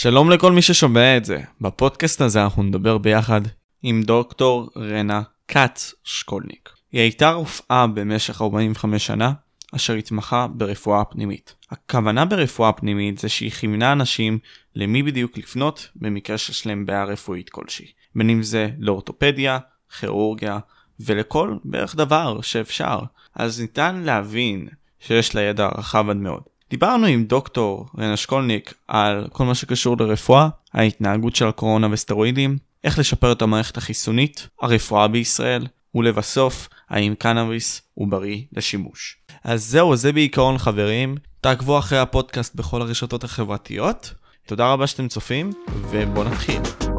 שלום לכל מי ששומע את זה. בפודקאסט הזה אנחנו נדבר ביחד עם דוקטור רנה כץ-שקולניק. היא הייתה רופאה במשך 45 שנה, אשר התמחה ברפואה פנימית. הכוונה ברפואה פנימית זה שהיא כיוונה אנשים למי בדיוק לפנות במקרה שיש להם בעיה רפואית כלשהי. בין אם זה לאורתופדיה, כירורגיה ולכל בערך דבר שאפשר. אז ניתן להבין שיש לה ידע רחב עד מאוד. דיברנו עם דוקטור רנה שקולניק על כל מה שקשור לרפואה, ההתנהגות של הקורונה וסטרואידים, איך לשפר את המערכת החיסונית, הרפואה בישראל, ולבסוף, האם קנאביס הוא בריא לשימוש. אז זהו, זה בעיקרון חברים. תעקבו אחרי הפודקאסט בכל הרשתות החברתיות. תודה רבה שאתם צופים, ובואו נתחיל.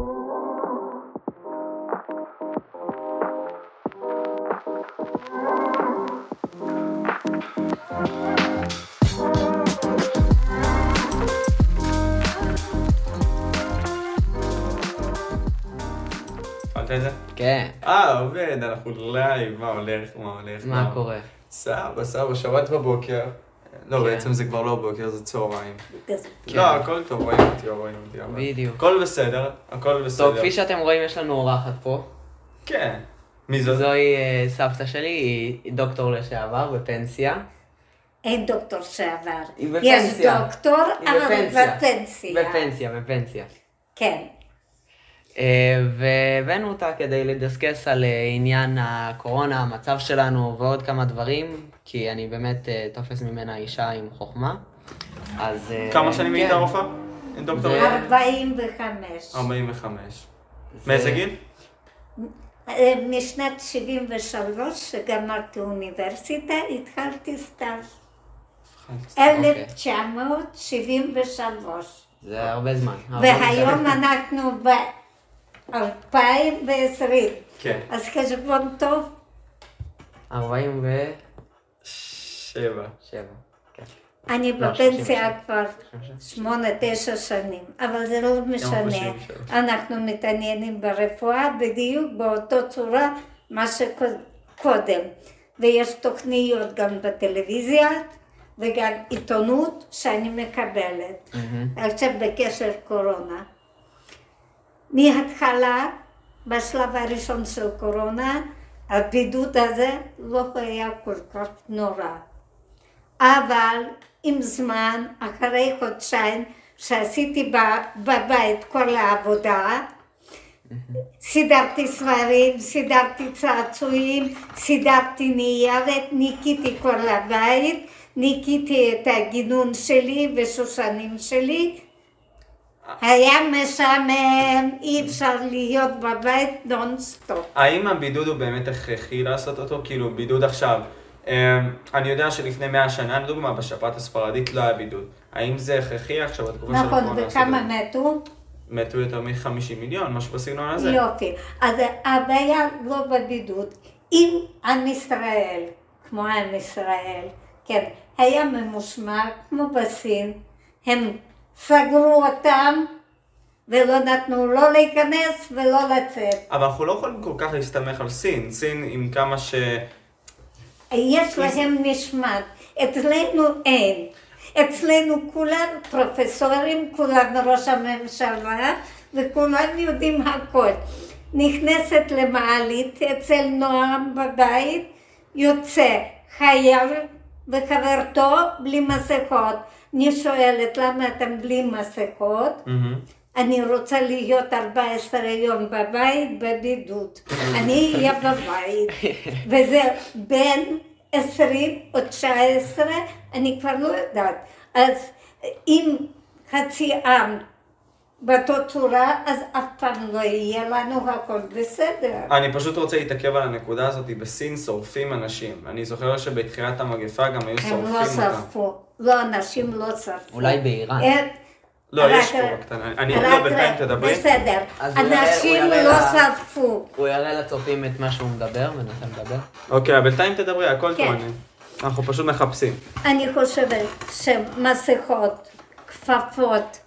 כן. עובד, אנחנו לייב, מה הולך? מה קורה? סבא, שבת בבוקר. לא, בעצם זה כבר לא בוקר, זה צהריים. לא, הכל טוב, רואים אותי. בדיוק. הכל בסדר. טוב, כפי שאתם רואים, יש לנו אורחת פה. כן. מי זאת? זוהי סבתא שלי, היא דוקטור לשעבר בפנסיה. אין דוקטור שעבר. היא בפנסיה. יש דוקטור, אבל בפנסיה. בפנסיה. כן. והבאנו אותה כדי לדסקס על עניין הקורונה, המצב שלנו ועוד כמה דברים, כי אני באמת תופס ממנה אישה עם חוכמה. אז כמה שנים היית רופאה? דוקטור? 45. 45. מאיזה גיל? משנת 73, שגמרתי אוניברסיטה, התחלתי סטאז'. 1973. זה הרבה זמן. והיום אנחנו ב-2020. כן. אז חשבון טוב. 47. אני בפנסיה כבר 8-9 שנים, אבל זה לא משנה. אנחנו מתעניינים ברפואה בדיוק באותו צורה מה שקודם. ויש תוכניות גם בטלוויזיה וגם עיתונות שאני מקבלת. עכשיו בקשר קורונה. מההתחלה, בשלב הראשון של קורונה, הבידוד הזה לא היה כל כך נורא. אבל עם זמן, אחרי חודשיים, שעשיתי בבית כל העבודה, סידרתי ספרים, סידרתי צעצועים, סידרתי ניירת, ניקיתי כל הבית, ניקיתי את הגינון שלי ושושנים שלי. היה משעמם, אי אפשר להיות בבית נונסטופ. האם הבידוד הוא באמת הכרחי לעשות אותו? כאילו בידוד עכשיו, אני יודע שלפני 100 שנה, לדוגמה, בשפעת הספרדית לא היה בידוד. האם זה הכרחי עכשיו בתקופה של הקורונה? נכון, וכמה מתו? מתו יותר מ-50 מיליון, משהו בסגנון הזה. יופי, אז הבעיה לא בבידוד. אם עם ישראל, כמו עם ישראל, כן, היה ממושמע, כמו בסין, הם סגרו אותם ולא נתנו לא להיכנס ולא לצאת. אבל אנחנו לא יכולים כל כך להסתמך על סין. סין עם כמה ש... יש להם משמעת. אצלנו אין. אצלנו כולם פרופסורים, כולם ראש הממשלה וכולם יודעים הכל. נכנסת למעלית אצל נועם בבית, יוצא חייל וחברתו בלי מסכות. אני שואלת למה אתם בלי מסכות? אני רוצה להיות 14 יום בבית בבידוד. אני אהיה בבית. וזה בין 20 או 19, אני כבר לא יודעת. אז אם חצי עם באותו צורה, אז אף פעם לא יהיה לנו הכל בסדר. אני פשוט רוצה להתעכב על הנקודה הזאת. בסין שורפים אנשים. אני זוכר שבתחילת המגפה גם היו שורפים אותם. הם לא שרפו. לא, אנשים לא שרפו. אולי באיראן. לא, יש פה בקטנה. אני לא, בינתיים תדברי. בסדר. אנשים לא שרפו. הוא יראה לצופים את מה שהוא מדבר, מנסה לדבר. אוקיי, בינתיים תדברי, הכל טוב. אנחנו פשוט מחפשים. אני חושבת שמסכות, כפפות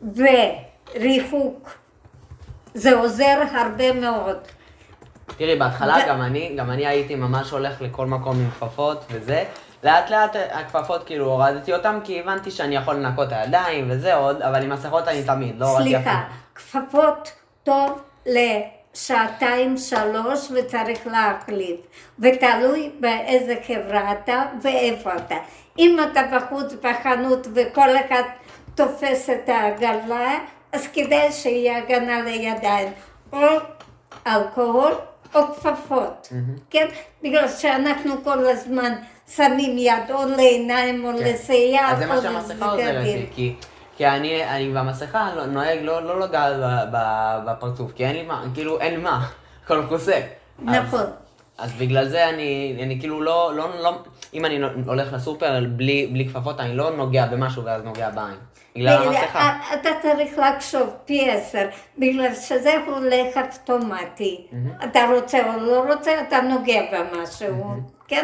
וריחוק, זה עוזר הרבה מאוד. תראי, בהתחלה גם אני הייתי ממש הולך לכל מקום עם כפפות וזה, לאט לאט הכפפות כאילו הורדתי אותם, כי הבנתי שאני יכול לנקות את הידיים וזה עוד, אבל עם מסכות אני תמיד, לא הורדתי אפילו. סליחה, כפפות טוב לשעתיים, 3 וצריך להחליף, ותלוי באיזה חברה אתה ואיפה אתה. אם אתה בחוץ בחנות וכל אחד תופס את העגלה, אז כדאי שיהיה הגנה לידיים, או אלכוהול או כפפות, כן? בגלל שאנחנו כל הזמן שמים יד או לעיניים או לשיער. אז זה מה שהמסכה עוזרת לי, כי אני במסכה נוהג לא לגעת בפרצוף, כי אין לי מה, כאילו אין מה, הכל מכוסה. נכון. אז בגלל זה אני כאילו לא, אם אני הולך לסופר בלי כפפות, אני לא נוגע במשהו ואז נוגע בעין. בגלל המסכה. אתה צריך לחשוב פי 10, בגלל שזה הולך אוטומטי. אתה רוצה או לא רוצה, אתה נוגע במשהו, כן?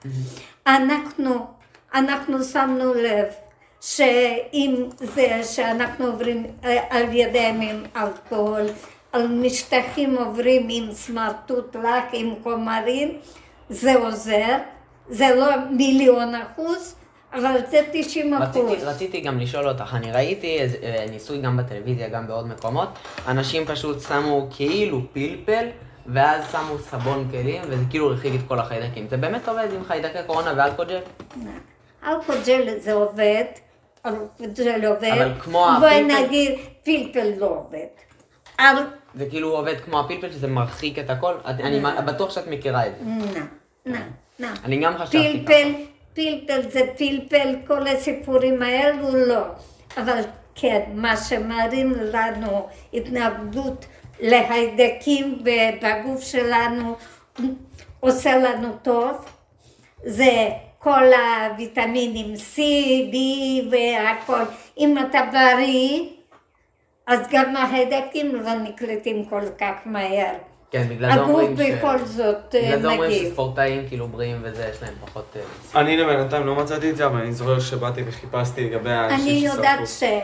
אנחנו שמנו לב שאם זה שאנחנו עוברים על ידיים עם אלכוהול, על משטחים עוברים עם סמרטוט לק, עם חומרים, זה עוזר, זה לא 1,000,000%, אבל זה 90%. רציתי גם לשאול אותך, אני ראיתי ניסוי גם בטלוויזיה, גם בעוד מקומות, אנשים פשוט שמו כאילו פלפל, ואז שמו סבון כלים, וזה כאילו הרחיק את כל החיידקים. זה באמת עובד עם חיידקי קורונה ואלכוג'ל? אלכוג'ל זה עובד, אלכוג'ל עובד, אבל כמו בואי נגיד פלפל לא עובד. זה כאילו עובד כמו הפלפל שזה מרחיק את הכל? אני בטוח שאת מכירה את זה. אני גם חשבתי ככה. פלפל זה פלפל, כל הסיפורים האלו לא. אבל כן, מה שמראים לנו התנגדות להידקים בגוף שלנו עושה לנו טוב, זה כל הוויטמינים C, B והכל. אם אתה בריא, אז גם ההידקים לא נקלטים כל כך מהר. כן, בגלל זה אומרים הגוף בכל זאת מגיב. בגלל זה אומרים שספורטאים כאילו בריאים וזה, יש להם פחות... אני לבינתיים לא מצאתי את זה, אבל אני זוכר שבאתי וחיפשתי לגבי האנשים אני יודעת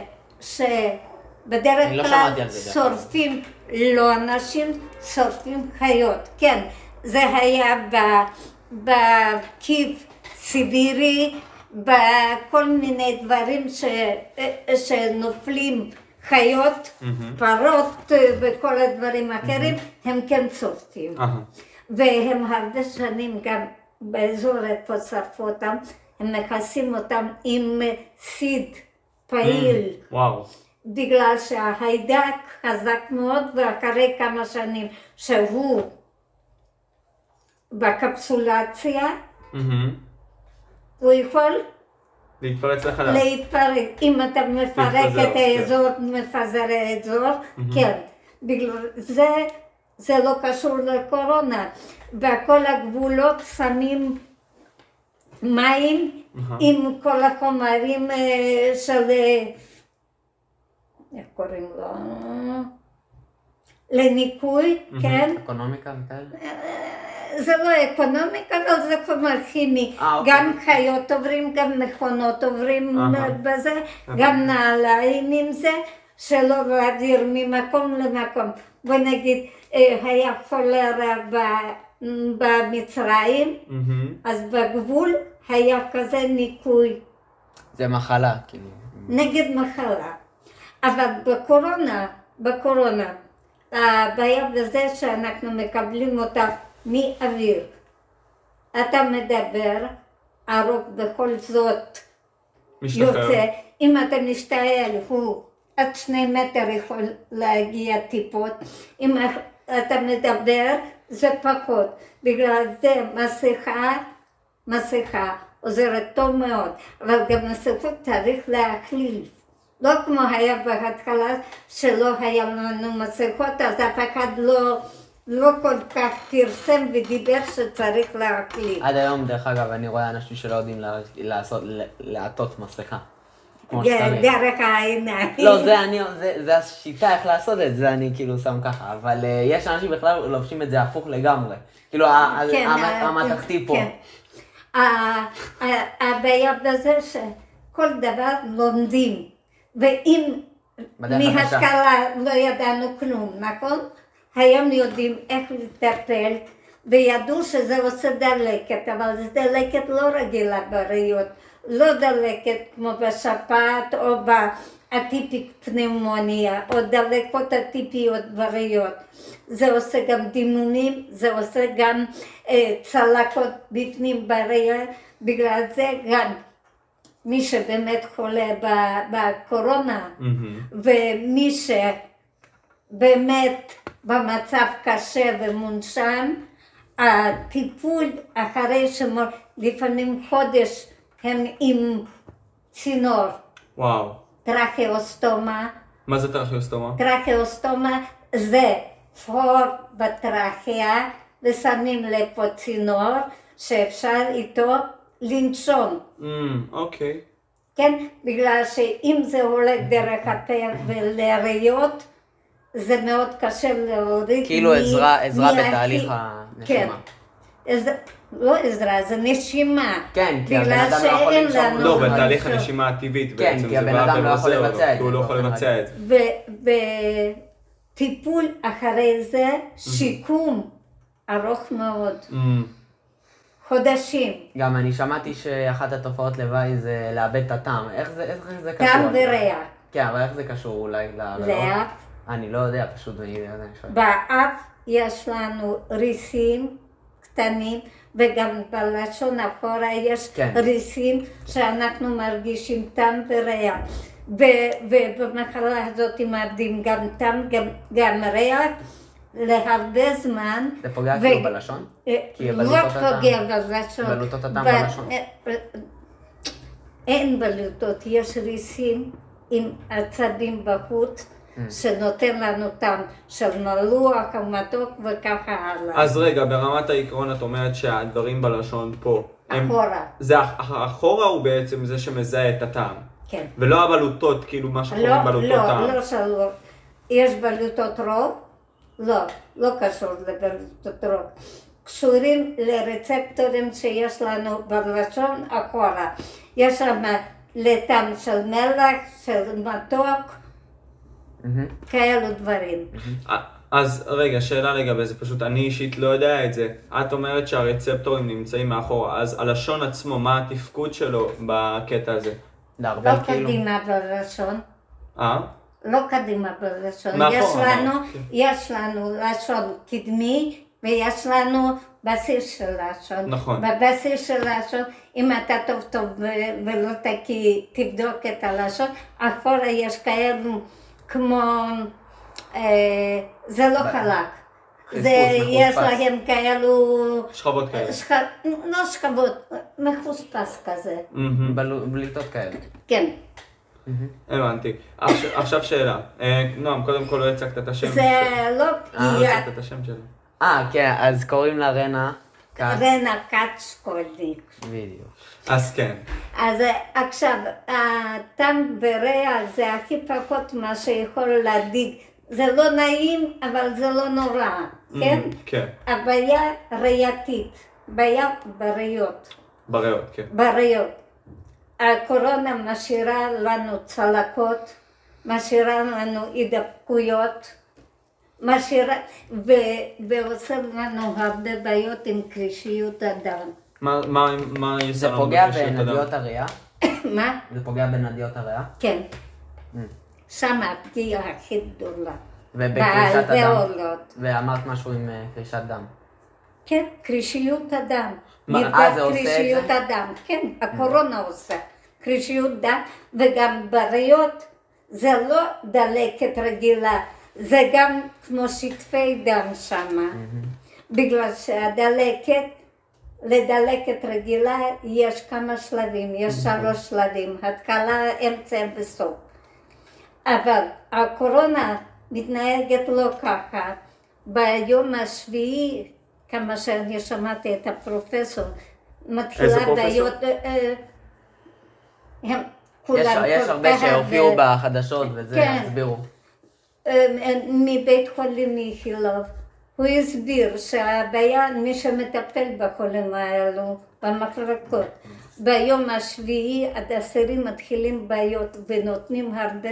שבדרך כלל שורפים, לא אנשים, שורפים חיות. כן, זה היה בקיב סיבירי, בכל מיני דברים שנופלים חיות, פרות וכל הדברים האחרים, הם כן שורפים. והם הרבה שנים גם באזור איפה שרפו אותם, הם מכסים אותם עם סיד פעיל. וואו. בגלל שההידק חזק מאוד, ואחרי כמה שנים שהוא בקפסולציה, הוא יכול להתפרץ לחלל. להתפרץ. אם אתה מפרק את האזור, מפזר האזור, כן. בגלל זה לא קשור לקורונה. בכל הגבולות שמים מים עם כל החומרים של... איך קוראים לו? לניקוי, כן? אקונומיקה וכאלה? זה לא אקונומיקה, אבל זה חומר כימי. גם חיות עוברים, גם מכונות עוברים בזה, גם נעליים עם זה, שלא להעביר ממקום למקום. בוא נגיד, היה חולרה במצרים, אז בגבול היה כזה ניקוי. זה מחלה, כאילו. נגד מחלה. אבל בקורונה, הבעיה בזה שאנחנו מקבלים אותה מאוויר. אתה מדבר, הרוק בכל זאת יוצא. אם אתה משתעל, הוא עד 2 מטר יכול להגיע טיפות. אם אתה מדבר, זה פחות. בגלל זה מסכה עוזרת טוב מאוד. אבל גם מסכות צריך להחליף. לא כמו היה בהתחלה שלא היה לנו מסכות, אז אף אחד לא כל כך פרסם ודיבר שצריך להחליף. עד היום, דרך אגב, אני רואה אנשים שלא יודעים לעטות מסכה. דרך העיניים. לא, זה השיטה איך לעשות את זה, אני כאילו שם ככה, אבל יש אנשים בכלל לובשים את זה הפוך לגמרי. כאילו, המתכתי פה. הבעיה בזה שכל דבר לומדים, ואם מהתחלה לא ידענו כלום, נכון? היום יודעים איך לטפל וידעו שזה עושה דלקת, אבל זה דלקת לא רגילה בריאות, לא דלקת כמו בשפעת או באטיפיק פנאומוניה, או דלקות אטיפיות בריאות. זה עושה גם דימומים, זה עושה גם צלקות בפנים בריאה, בגלל זה גם מי שבאמת חולה בקורונה, ומי שבאמת במצב קשה ומונשם, הטיפול אחרי לפעמים חודש הם עם צינור. וואו. טראכאוסטומה. מה זה טראכאוסטומה? טראכאוסטומה זה חור בטראכיה ושמים לפה צינור שאפשר איתו לנשום. אוקיי. כן? בגלל שאם זה הולך דרך הפה ולריאות, זה מאוד קשה להוריד. כאילו עזרה בתהליך הנשימה. כן. לא עזרה, זה נשימה. כן, כי הבן אדם לא יכול לנשום. לא, בתהליך הנשימה הטבעית בעצם. כן, כי הבן אדם לא יכול לבצע את זה. כי הוא לא יכול לבצע את זה. וטיפול אחרי זה, שיקום ארוך מאוד. חודשים. גם אני שמעתי שאחת התופעות לוואי זה לאבד את הטעם. איך זה קשור? טעם וריח. כן, אבל איך זה קשור אולי לאף? אני לא יודע, פשוט אני שואל. באף יש לנו ריסים קטנים, וגם בלשון אחורה יש ריסים שאנחנו מרגישים טעם וריח. ובמחלה הזאת מאבדים גם טעם, גם ריח. להרבה זמן. זה פוגע כאילו בלשון? לא פוגע בלשון. בלוטות הטעם בלשון? אין בלוטות, יש ריסים עם עצבים בחוץ, שנותן לנו טעם של מלוח, מתוק וככה הלאה. אז רגע, ברמת העיקרון את אומרת שהדברים בלשון פה, אחורה. אחורה הוא בעצם זה שמזהה את הטעם. כן. ולא הבלוטות, כאילו מה שקוראים בלוטות טעם. לא שלא. יש בלוטות רוב? לא קשור לבלוטות רוב. קשורים לרצפטורים שיש לנו בלשון אחורה. יש שם לטעם של מלח, של מתוק, כאלו דברים. אז רגע, שאלה לגבי זה, פשוט אני אישית לא יודע את זה. את אומרת שהרצפטורים נמצאים מאחורה, אז הלשון עצמו, מה התפקוד שלו בקטע הזה? לא קדימה בלשון. לא קדימה בלשון. יש לנו לשון קדמי ויש לנו בסיס של לשון. נכון. בבסיס של לשון, אם אתה טוב ולא תבדוק את הלשון, אחורה יש כאלו כמו, זה לא חלק. יש להם כאלו... שכבות כאלה. לא שכבות, מחוספס כזה. בליטות כאלה. כן. הבנתי. עכשיו שאלה. נועם, קודם כל לא הצגת את השם. זה לא פגיעה. לא הצגת את השם שלה. כן, אז קוראים לה רנה כץ. רנה כץ שקולניק. בדיוק. אז כן. אז עכשיו, הטעם וריח זה הכי פחות מה שיכול להדאיג. זה לא נעים, אבל זה לא נורא, כן? כן. הבעיה ריאתית, בעיה בריאות. בריאות, כן. בריאות. הקורונה משאירה לנו צלקות, משאירה לנו הידבקויות, ועושה לנו הרבה בעיות עם קרישיות הדם. מה יש זה פוגע בנדיות הריאה? מה? זה פוגע בנדיות הריאה? כן. שם הפגיעה הכי גדולה. ובקרישת הדם? ואמרת משהו עם קרישת דם? כן, קרישיות הדם. זה עושה קרישיות את זה? הדם, כן, הקורונה עושה. קרישיות דם, וגם בריאות זה לא דלקת רגילה, זה גם כמו שטפי דם שמה. בגלל שהדלקת, לדלקת רגילה יש כמה שלבים, יש 3 שלבים, התחלה, אמצע וסוף. אבל הקורונה מתנהגת לא ככה. ביום השביעי, כמה שאני שמעתי את הפרופסור, מתחילה בעיות... יש הרבה שהופיעו בחדשות וזה, הסבירו. מבית חולים איכילוב, הוא הסביר שהבעיה, מי שמטפל בחולים האלו, במחלקות, ביום השביעי עד 10 מתחילים בעיות ונותנים הרבה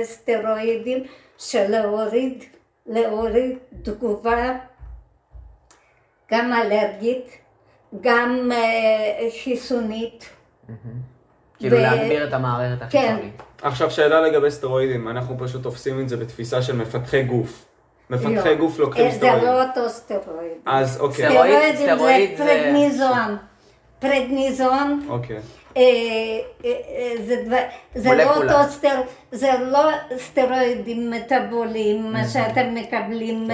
סטרואידים שלהוריד תגובה גם אלרגית, גם חיסונית. כאילו להגביר את המערכת החיסונית. עכשיו שאלה לגבי סטרואידים, אנחנו פשוט תופסים את זה בתפיסה של מפתחי גוף. מפתחי גוף לוקחים סטרואידים. זה לא אותו סטרואיד. אז אוקיי. סטרואידים זה פרדניזון. פרדניזון. אוקיי. זה לא סטרואידים מטאבוליים, מה שאתם מקבלים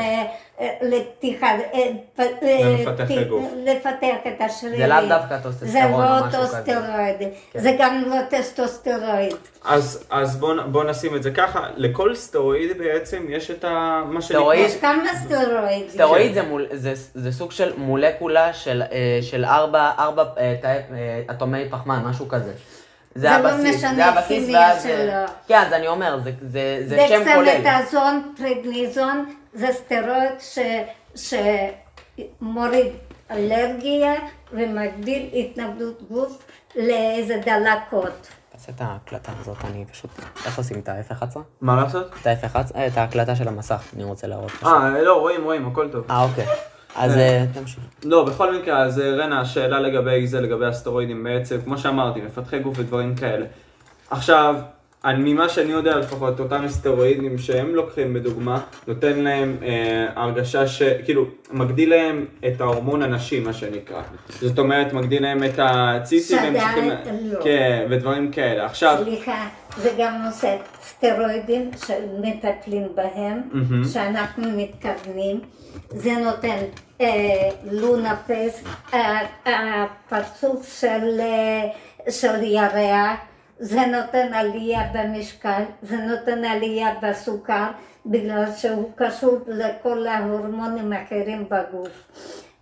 לפתח את השרירים. זה לאו דווקא טוסטסטרון או משהו כזה. זה לא טוסטרואיד, זה גם לא טסטוסטרואיד. אז בוא נשים את זה ככה, לכל סטרואיד בעצם יש את מה שנקרא... יש כמה סטרואידים. סטרואיד זה סוג של מולקולה של 4 אטומי פחמן, משהו כזה. זה הבסיס, ואז... כן, אז אני אומר, זה שם כולל. דקסמטזון, פרדניזון, זה סטרואיד שמוריד אלרגיה ומגדיל התנגדות גוף לאיזה דלקות. תעשה את ההקלטה הזאת, אני פשוט... איך עושים את ה-F11? מה לעשות? את ה-F11? את ההקלטה של המסך, אני רוצה להראות. לא, רואים, הכל טוב. אוקיי. אז תמשיך. לא, בכל מקרה, אז רנה, השאלה לגבי זה, לגבי הסטרואידים בעצם, כמו שאמרתי, מפתחי גוף ודברים כאלה. עכשיו, ממה שאני יודע לפחות, אותם סטרואידים שהם לוקחים בדוגמה, נותן להם הרגשה כאילו, מגדיל להם את ההורמון הנשי, מה שנקרא. זאת אומרת, מגדיל להם את הציצי, כן, ודברים כאלה. עכשיו... סליחה, זה גם נושא סטרואידים שמטפלים בהם, שאנחנו מתכוונים. זה נותן לונפס, הפרצוף של ירח, זה נותן עלייה במשקל, זה נותן עלייה בסוכר, בגלל שהוא קשור לכל ההורמונים האחרים בגוף.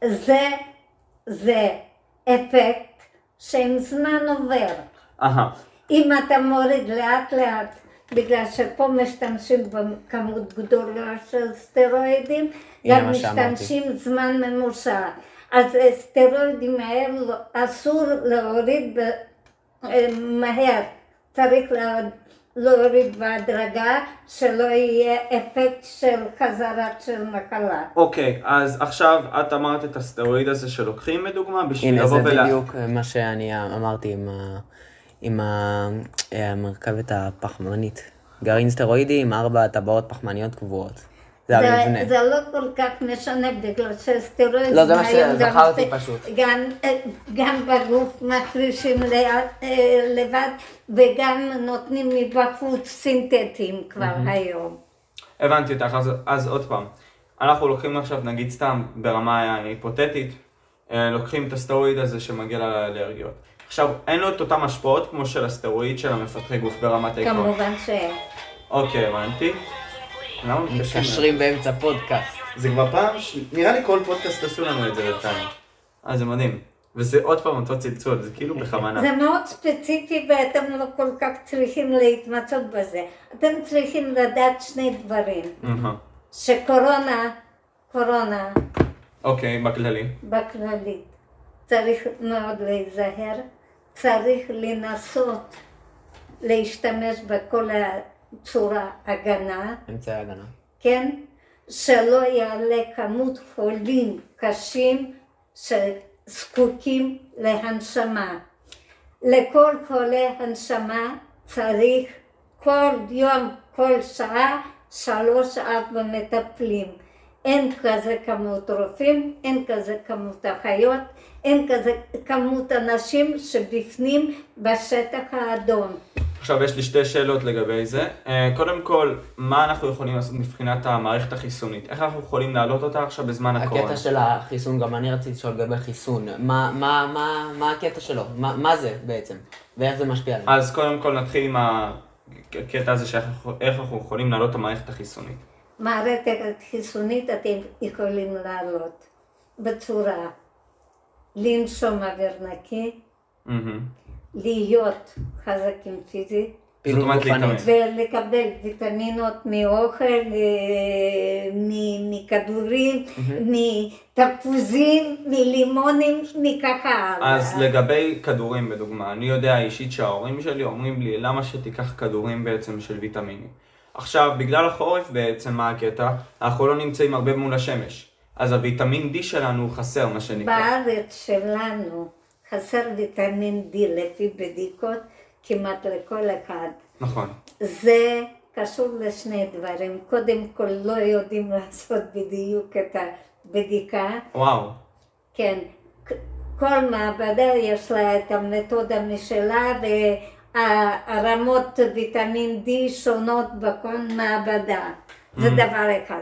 זה אפקט שעם זמן עובר. אם אתה מוריד לאט לאט, בגלל שפה משתמשים בכמות גדולה של סטרואידים, גם משתמשים זמן ממושך. אז סטרואידים האלו אסור להוריד מהר, צריך להוריד בהדרגה, שלא יהיה אפקט של חזרת של מחלה. אוקיי, אז עכשיו את אמרת את הסטרואיד הזה שלוקחים בדוגמה בשביל לבוא ולא... הנה, זה בדיוק מה שאני אמרתי עם המרכבת הפחמנית. גרעין סטרואידי עם 4 טבעות פחמניות קבועות. זה המבנה. זה לא כל כך משנה בגלל שסטרואידים... לא, זה מה שזכרתי פשוט. גם בגוף מפרישים לבד וגם נותנים מבחוץ סינתטיים כבר היום. הבנתי אותך, אז עוד פעם. אנחנו לוקחים עכשיו, נגיד סתם ברמה היפותטית, לוקחים את הסטרואיד הזה שמגיע לאלרגיות. עכשיו, אין לו את אותם השפעות כמו של הסטרואיד של המפתחי גוף ברמת העיקרון. כמובן שאין. אוקיי, הבנתי. מתקשרים באמצע פודקאסט. זה כבר פעם, נראה לי כל פודקאסט עשו לנו את זה בינתיים. זה מדהים. וזה עוד פעם אותו צלצול, זה כאילו בכוונה. זה מאוד ספציפי ואתם לא כל כך צריכים להתמצאות בזה. אתם צריכים לדעת שני דברים. שקורונה, אוקיי, בכללי. צריך מאוד להיזהר, צריך לנסות להשתמש בכל צורה הגנה. אמצעי הגנה. כן? שלא יעלה כמות חולים קשים שזקוקים להנשמה. לכל חולה הנשמה צריך כל יום, כל שעה, 3-4 מטפלים. אין כזה כמות רופאים, אין כזה כמות אחיות, אין כזה כמות אנשים שבפנים בשטח האדום. עכשיו יש לי 2 שאלות לגבי זה. קודם כל, מה אנחנו יכולים לעשות מבחינת המערכת החיסונית? איך אנחנו יכולים להעלות אותה עכשיו בזמן הקורונה? הקטע של החיסון, גם אני רציתי לשאול לגבי חיסון. מה הקטע שלו? מה זה בעצם? ואיך זה משפיע עלינו? אז קודם כל נתחיל עם הקטע הזה שאיך אנחנו יכולים להעלות את המערכת החיסונית. מערכת חיסונית אתם יכולים לעלות בצורה לנשום אוויר נקי, להיות חזקים פיזית, פעילות גופנית, ולקבל ויטמינות מאוכל, מכדורים, מתפוזים, מלימונים, מככה. אז לגבי כדורים בדוגמה, אני יודע אישית שההורים שלי אומרים לי למה שתיקח כדורים בעצם של ויטמינים. עכשיו, בגלל החורף בעצם מה הקטע? אנחנו לא נמצאים הרבה מול השמש. אז הוויטמין D שלנו חסר, מה שנקרא. בארץ שלנו חסר ויטמין D לפי בדיקות כמעט לכל אחד. נכון. זה קשור לשני דברים. קודם כל לא יודעים לעשות בדיוק את הבדיקה. וואו. כן, כל מעבדה יש לה את המתודה משלה והרמות ויטמין D שונות בכל מעבדה. זה דבר אחד.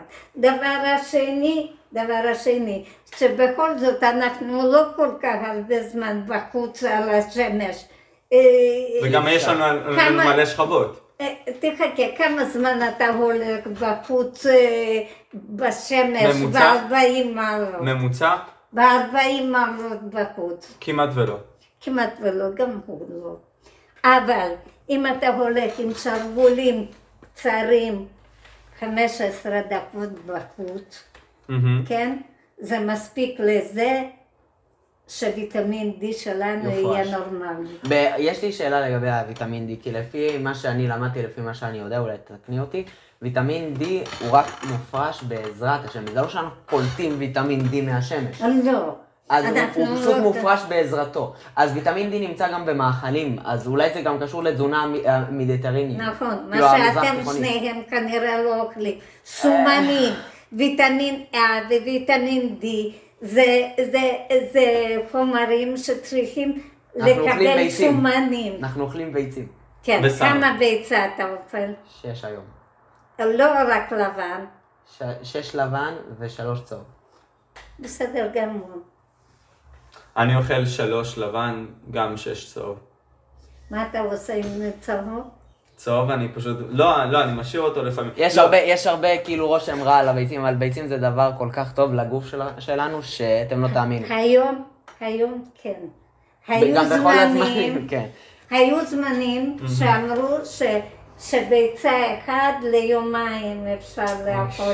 דבר השני, שבכל זאת אנחנו לא כל כך הרבה זמן בחוץ על השמש. וגם יש לנו מלא שכבות. תחכה, כמה זמן אתה הולך בחוץ בשמש ב-40 מעלות? ממוצע? ב-40 מעלות בחוץ. כמעט ולא. כמעט ולא, גם הוא לא. אבל אם אתה הולך עם שרוולים קצרים 15 דקות בחוץ, כן? זה מספיק לזה שוויטמין D שלנו יהיה נורמלי. יש לי שאלה לגבי הוויטמין D, כי לפי מה שאני למדתי, לפי מה שאני יודע, אולי תקני אותי, ויטמין D הוא רק מופרש בעזרת השמש. זה לא שאנחנו קולטים ויטמין D מהשמש. לא. אז הוא פשוט מופרש בעזרתו. אז ויטמין D נמצא גם במאכלים, אז אולי זה גם קשור לתזונה מידיטרינית. נכון, מה שאתם שניהם כנראה לא אוכלים. שומנים, ויטמין A וויטמין D, זה חומרים שצריכים לקבל שומנים. אנחנו אוכלים ביצים. כן, כמה ביצה אתה אוכל? 6 היום. לא רק לבן. 6 לבן ו3 צהוב. בסדר גמור. אני אוכל 3 לבן, גם 6 צהוב. מה אתה עושה עם צהוב? צהוב אני פשוט, לא, אני משאיר אותו לפעמים. יש הרבה כאילו רושם רע על הביצים, אבל ביצים זה דבר כל כך טוב לגוף שלנו, שאתם לא תאמינו. היום כן. היו זמנים שאמרו שביצה אחד ליומיים אפשר לאכול.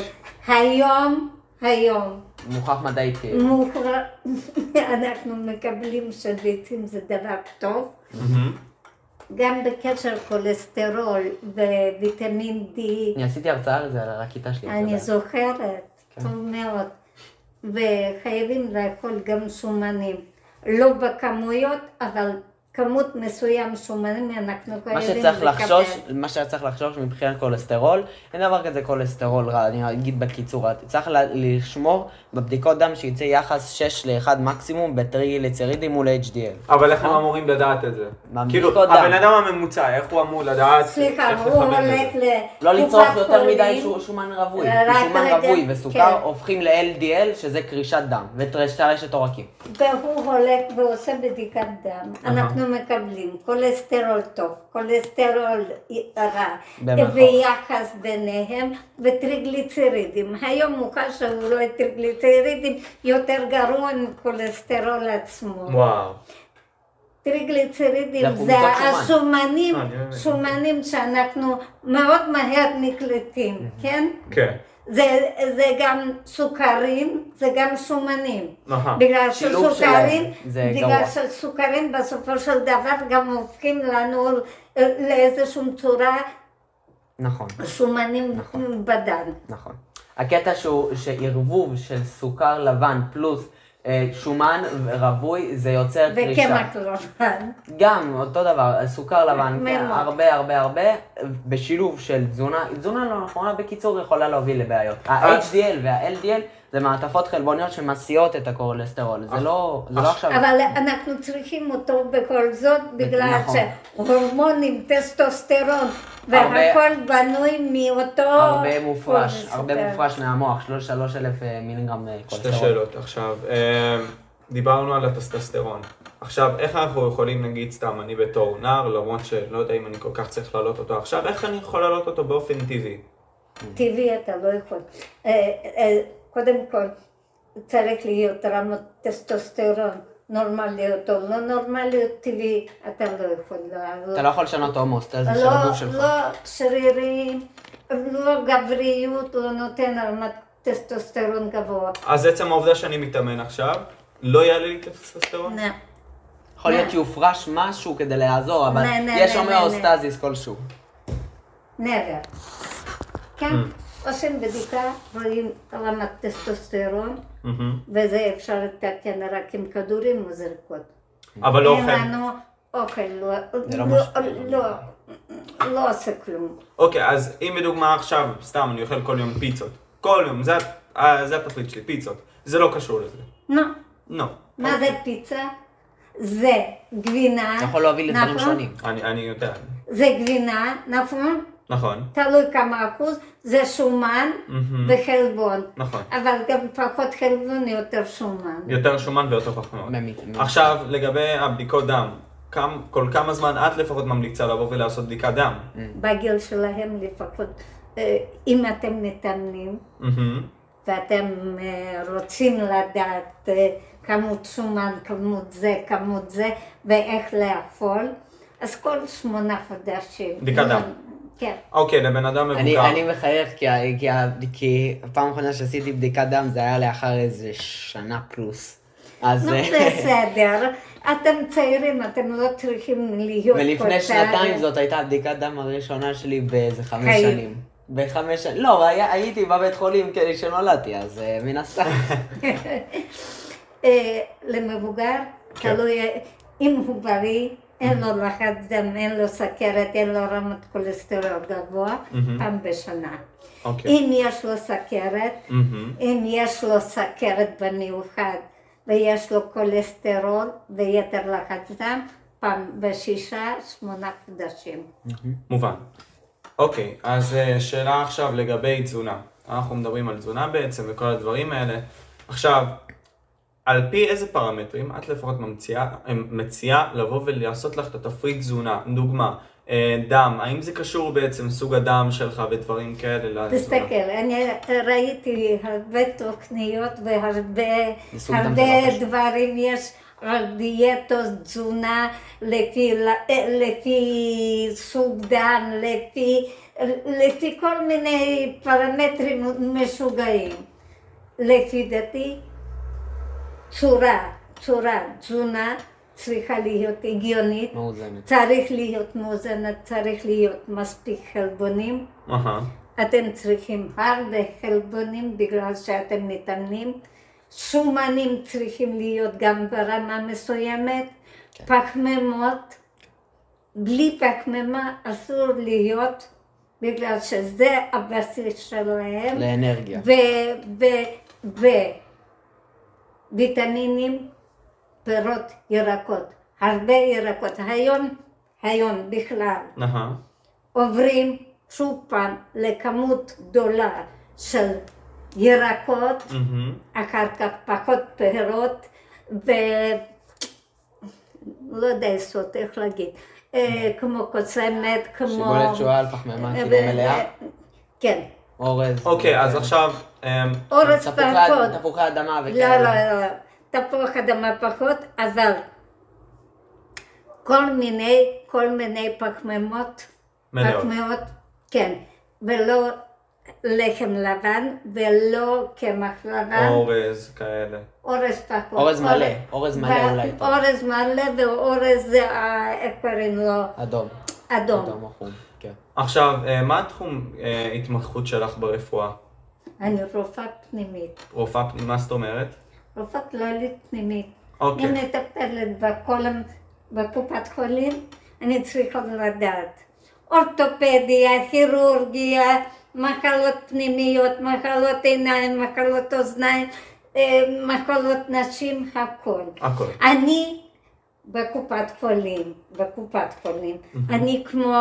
היום. מוכח מדעית. אנחנו מקבלים שביצים זה דבר טוב. גם בקשר כולסטרול וויטמין D. אני עשיתי הרצאה על זה, על הכיתה שלי. אני זוכרת, טוב מאוד. וחייבים לאכול גם שומנים. לא בכמויות, אבל כמות מסוים שומנים אנחנו חייבים לקבל. מה שצריך לחשוש מבחינת כולסטרול, אין דבר כזה כולסטרול רע, אני אגיד בקיצור, צריך לשמור בבדיקות דם שיצא יחס 6-1 מקסימום בטריגליצרידים מול HDL. אבל איך הם אמורים לדעת את זה? כאילו, הבן אדם הממוצע, איך הוא אמור לדעת? סליחה, הוא הולך לא לצרוך יותר מדי שומן רווי, שומן רווי וסוכר הופכים ל-LDL שזה קרישת דם וטרשת עורקים. והוא הולך ועושה בדיקת דם, אנחנו מקבלים כולסטרול טוב, כולסטרול רע, ויחס ביניהם וטריגליצרידים. היום מוכר שהוא רואה טריגליצרידים יותר גרוע מכולסטרול עצמו. וואו. טריגליצרידים זה השומנים שאנחנו מאוד מהר נקלטים, כן? כן. זה גם סוכרים, זה גם שומנים. בגלל שסוכרים בסופו של דבר גם הופכים לנו לאיזושהי צורה שומנים בדם. נכון. הקטע שערבוב של סוכר לבן פלוס שומן רווי זה יוצר קרישה. וקמח לבן. גם אותו דבר, סוכר לבן הרבה בשילוב של תזונה לא נכונה בקיצור יכולה להוביל לבעיות. ה-HDL וה-LDL זה מעטפות חלבוניות שמסיעות את הכולסטרול, זה לא עכשיו. אבל אנחנו צריכים אותו בכל זאת בגלל שהורמונים, טסטוסטרון והכל בנוי מאותו הרבה מופרש מהמוח, 3,000 מיליגרם קולסטרול. 2 שאלות עכשיו, דיברנו על הטסטוסטרון. עכשיו, איך אנחנו יכולים, נגיד סתם, אני בתור נער, למרות שלא יודע אם אני כל כך צריך להעלות אותו עכשיו, איך אני יכול להעלות אותו באופן טבעי? טבעי אתה לא יכול. קודם כל, צריך להיות רמות טסטוסטרון נורמליות או לא נורמליות טבעי, אתה לא יכול לעלות. אתה לא יכול לשנות הומוסטזי של הגוף שלך. לא שרירים, לא גבריות, לא נותן רמת טסטוסטרון גבוה. אז עצם העובדה שאני מתאמן עכשיו, לא יעלה לי טסטוסטרון? לא. יכול להיות שיופרש משהו כדי לעזור, אבל יש הומאוסטזיס כלשהו. never. כן? עושים בדיקה, רואים רמת טסטוסטרון, וזה אפשר לתקן רק עם כדורים או זריקות. אבל אוכל. אין לנו אוכל, לא עושה כלום. אוקיי, אז אם בדוגמה עכשיו, סתם, אני אוכל כל יום פיצות. כל יום, זה התפריט שלי, פיצות. זה לא קשור לזה. לא. מה זה פיצה? זה גבינה. אתה יכול להוביל לדברים שונים. אני יודע. זה גבינה, נכון? נכון. תלוי כמה אחוז, זה שומן וחלבון. נכון. אבל גם פחות חלבון, יותר שומן. יותר שומן ויותר פחמימות. עכשיו, לגבי הבדיקות דם, כל כמה זמן את לפחות ממליצה לבוא ולעשות בדיקת דם? בגיל שלהם לפחות, אם אתם מתאמנים, ואתם רוצים לדעת כמות שומן, כמות זה, ואיך לאכול, אז כל 8 חודשים. בדיקת דם. כן. אוקיי, לבן אדם מבוגר. אני מחייך כי הפעם האחרונה שעשיתי בדיקת דם זה היה לאחר איזה שנה פלוס. אז... נו, בסדר. אתם צעירים, אתם לא צריכים להיות... ולפני שנתיים זאת הייתה בדיקת דם הראשונה שלי באיזה 5 שנים. ב5 שנים. לא, הייתי בבית חולים כדי שנולדתי, אז מן הסתם. למבוגר, תלוי, אם הוא בריא, אין לו לחץ דם, אין לו סכרת, אין לו רמת כולסטרול גבוה, פעם בשנה. אם יש לו סכרת, אם יש לו סכרת במיוחד, ויש לו כולסטרול ויתר לחץ דם, פעם ב6-8 חודשים. מובן. אוקיי, אז שאלה עכשיו לגבי תזונה. אנחנו מדברים על תזונה בעצם וכל הדברים האלה. עכשיו, על פי איזה פרמטרים את לפחות מציעה לבוא ולעשות לך את התפריט תזונה? דוגמה, דם, האם זה קשור בעצם סוג הדם שלך ודברים כאלה? תסתכל, אני ראיתי הרבה תוכניות והרבה דברים יש על דיאטות, תזונה, לפי סוג דם, לפי כל מיני פרמטרים משוגעים. לפי דעתי, תזונה צריכה להיות הגיונית, צריך להיות מאוזנת, צריך להיות מספיק חלבונים. אתם צריכים הרבה חלבונים בגלל שאתם מתאמנים. שומנים צריכים להיות גם ברמה מסוימת. פחמימות, בלי פחמימה אסור להיות בגלל שזה הבסיס שלהם. לאנרגיה. ויטמינים, פירות, ירקות, הרבה ירקות. היום בכלל עוברים שוב פעם לכמות גדולה של ירקות, אחר כך פחות פירות, לא יודע סוד, איך להגיד, כמו קוסמת, כמו... שיבולת שועל, פחמימה, כאילו מלאה? כן. אורז. אוקיי, אז עכשיו... אורז פחות. תפוחי אדמה וכאלה. לא. תפוח אדמה פחות, אבל כל מיני פחמימות. מלאות. כן. ולא לחם לבן, ולא קמח לבן. אורז כאלה. אורז פחות. אורז מלא אולי. אורז מלא ואורז, איך קוראים לו? אדום. אדום. כן. עכשיו, מה התחום התמחות שלך ברפואה? אני רופאה פנימית. רופאה פנימית, מה זאת אומרת? רופאה כללית פנימית. אוקיי. אני מטפלת בקופת חולים, אני צריכה לדעת. אורתופדיה, כירורגיה, מחלות פנימיות, מחלות עיניים, מחלות אוזניים, מחלות נשים, הכל. אני בקופת חולים, אני כמו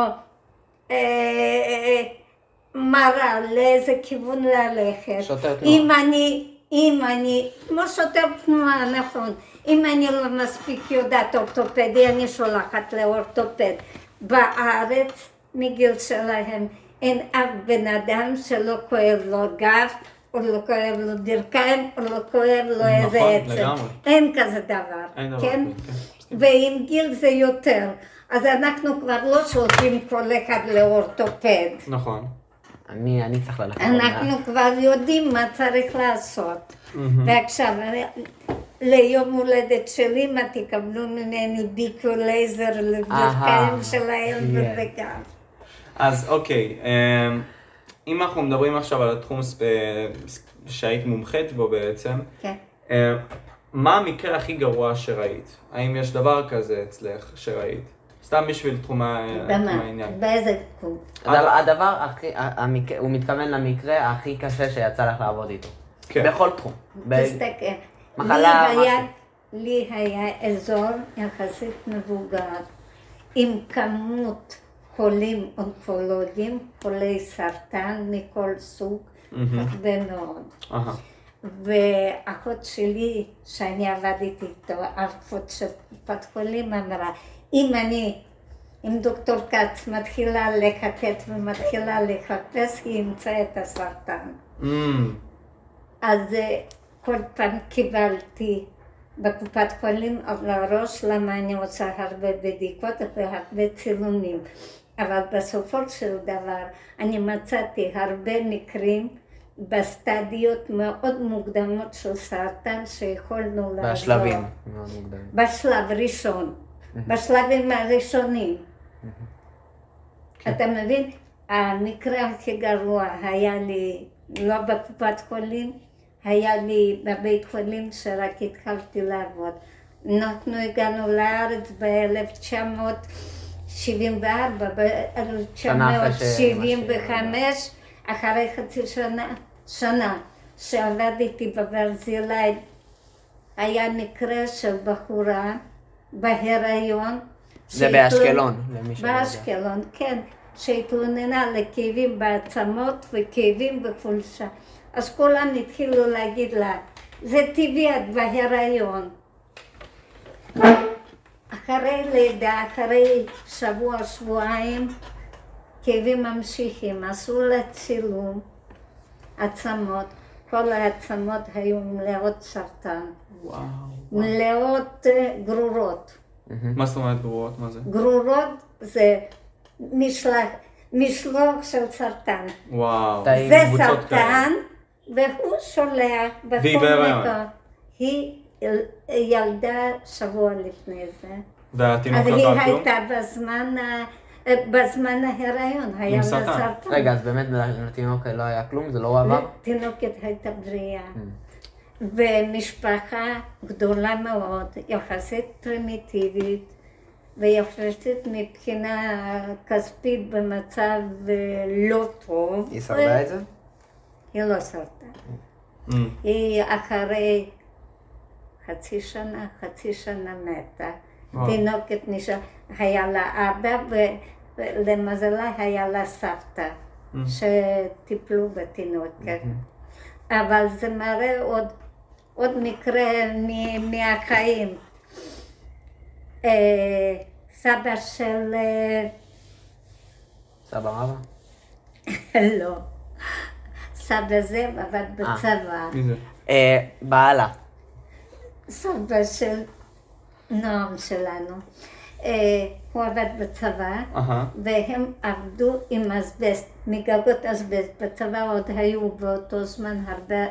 מראה לאיזה כיוון ללכת. שוטר תנועה. אם אני, כמו שוטר תנועה, נכון, אם אני לא מספיק יודעת אורתופדיה, אני שולחת לאורתופד. בארץ, מגיל שלהם, אין אף בן אדם שלא כואב לו גב, או לא כואב לו ברכיים, או לא כואב לו איזה עצם. אין כזה דבר, כן? ועם גיל זה יותר. אז אנחנו כבר לא שולחים כל אחד לאורתופד. נכון. אני צריך ללכת. אנחנו כבר יודעים מה צריך לעשות. ועכשיו, ליום הולדת שלי, מה תקבלו ממני ביקור לייזר לברכיים שלהם ובגב. אז אוקיי, אם אנחנו מדברים עכשיו על התחום שהיית מומחית בו בעצם, כן. מה המקרה הכי גרוע שראית? האם יש דבר כזה אצלך שראית? סתם בשביל תחום העניין. באיזה תחום? הדבר הכי, הוא מתכוון למקרה הכי קשה שיצא לך לעבוד איתו. כן. בכל תחום. תסתכל. מחלה, לי היה אזור יחסית מבוגר, עם כמות חולים אונקולוגיים, חולי סרטן מכל סוג, הרבה מאוד. ואחות שלי, שאני עבדתי איתו, אחות של קופת חולים, אמרה, אם דוקטור כץ מתחילה לחטט ומתחילה לחפש, היא ימצא את הסרטן. אז כל פעם קיבלתי בקופת חולים על הראש, למה אני עושה הרבה בדיקות והרבה צילומים. אבל בסופו של דבר אני מצאתי הרבה מקרים בסטדיות מאוד מוקדמות של סרטן שיכולנו לעזור. בשלבים מאוד מוקדמים. בשלב ראשון, בשלבים הראשונים. אתה מבין? המקרה הכי גרוע היה לי, לא בקופת חולים, היה לי בבית חולים שרק התחלתי לעבוד. אנחנו הגענו לארץ ב-1974, ב-1975, אחרי חצי שנה שעבדתי בברזילי, היה מקרה של בחורה בהיריון. זה באשקלון, למי שלא יודע. באשקלון, כן, שהתלוננה לכאבים בעצמות וכאבים בחולשה. אז כולם התחילו להגיד לה, זה טבעי, את בהיריון. אחרי לידה, אחרי שבוע, שבועיים, כאבים ממשיכים, עשו לה צילום, עצמות, כל העצמות היו מלאות סרטן. וואו. מלאות גרורות. מה זאת אומרת גרורות? מה זה? גרורות זה משלוח של סרטן. וואו. זה סרטן, והוא שולח בכל מקום. היא ילדה שבוע לפני זה. והתינוק אז לא היא בא כלום? הייתה בזמן ההיריון, היה לה סרטן. רגע, אז באמת לתינוק לא היה כלום? זה לא עבר? תינוקת הייתה בריאה. ומשפחה גדולה מאוד, יחסית פרימיטיבית, ויחסית מבחינה כספית במצב לא טוב. היא שרדה את זה? היא לא שרדה. היא אחרי חצי שנה מתה. תינוקת נשאר, היה לה אבא, ולמזלה היה לה סבתא, שטיפלו בתינוקת. אבל זה מראה עוד מקרה מהחיים. סבא של... סבא רבא? לא. סבא זה עבד בצבא. מי זה? בעלה. סבא של נועם שלנו. הוא עבד בצבא, והם עבדו עם אסבסט, מגגות אסבסט. בצבא עוד היו באותו זמן הרבה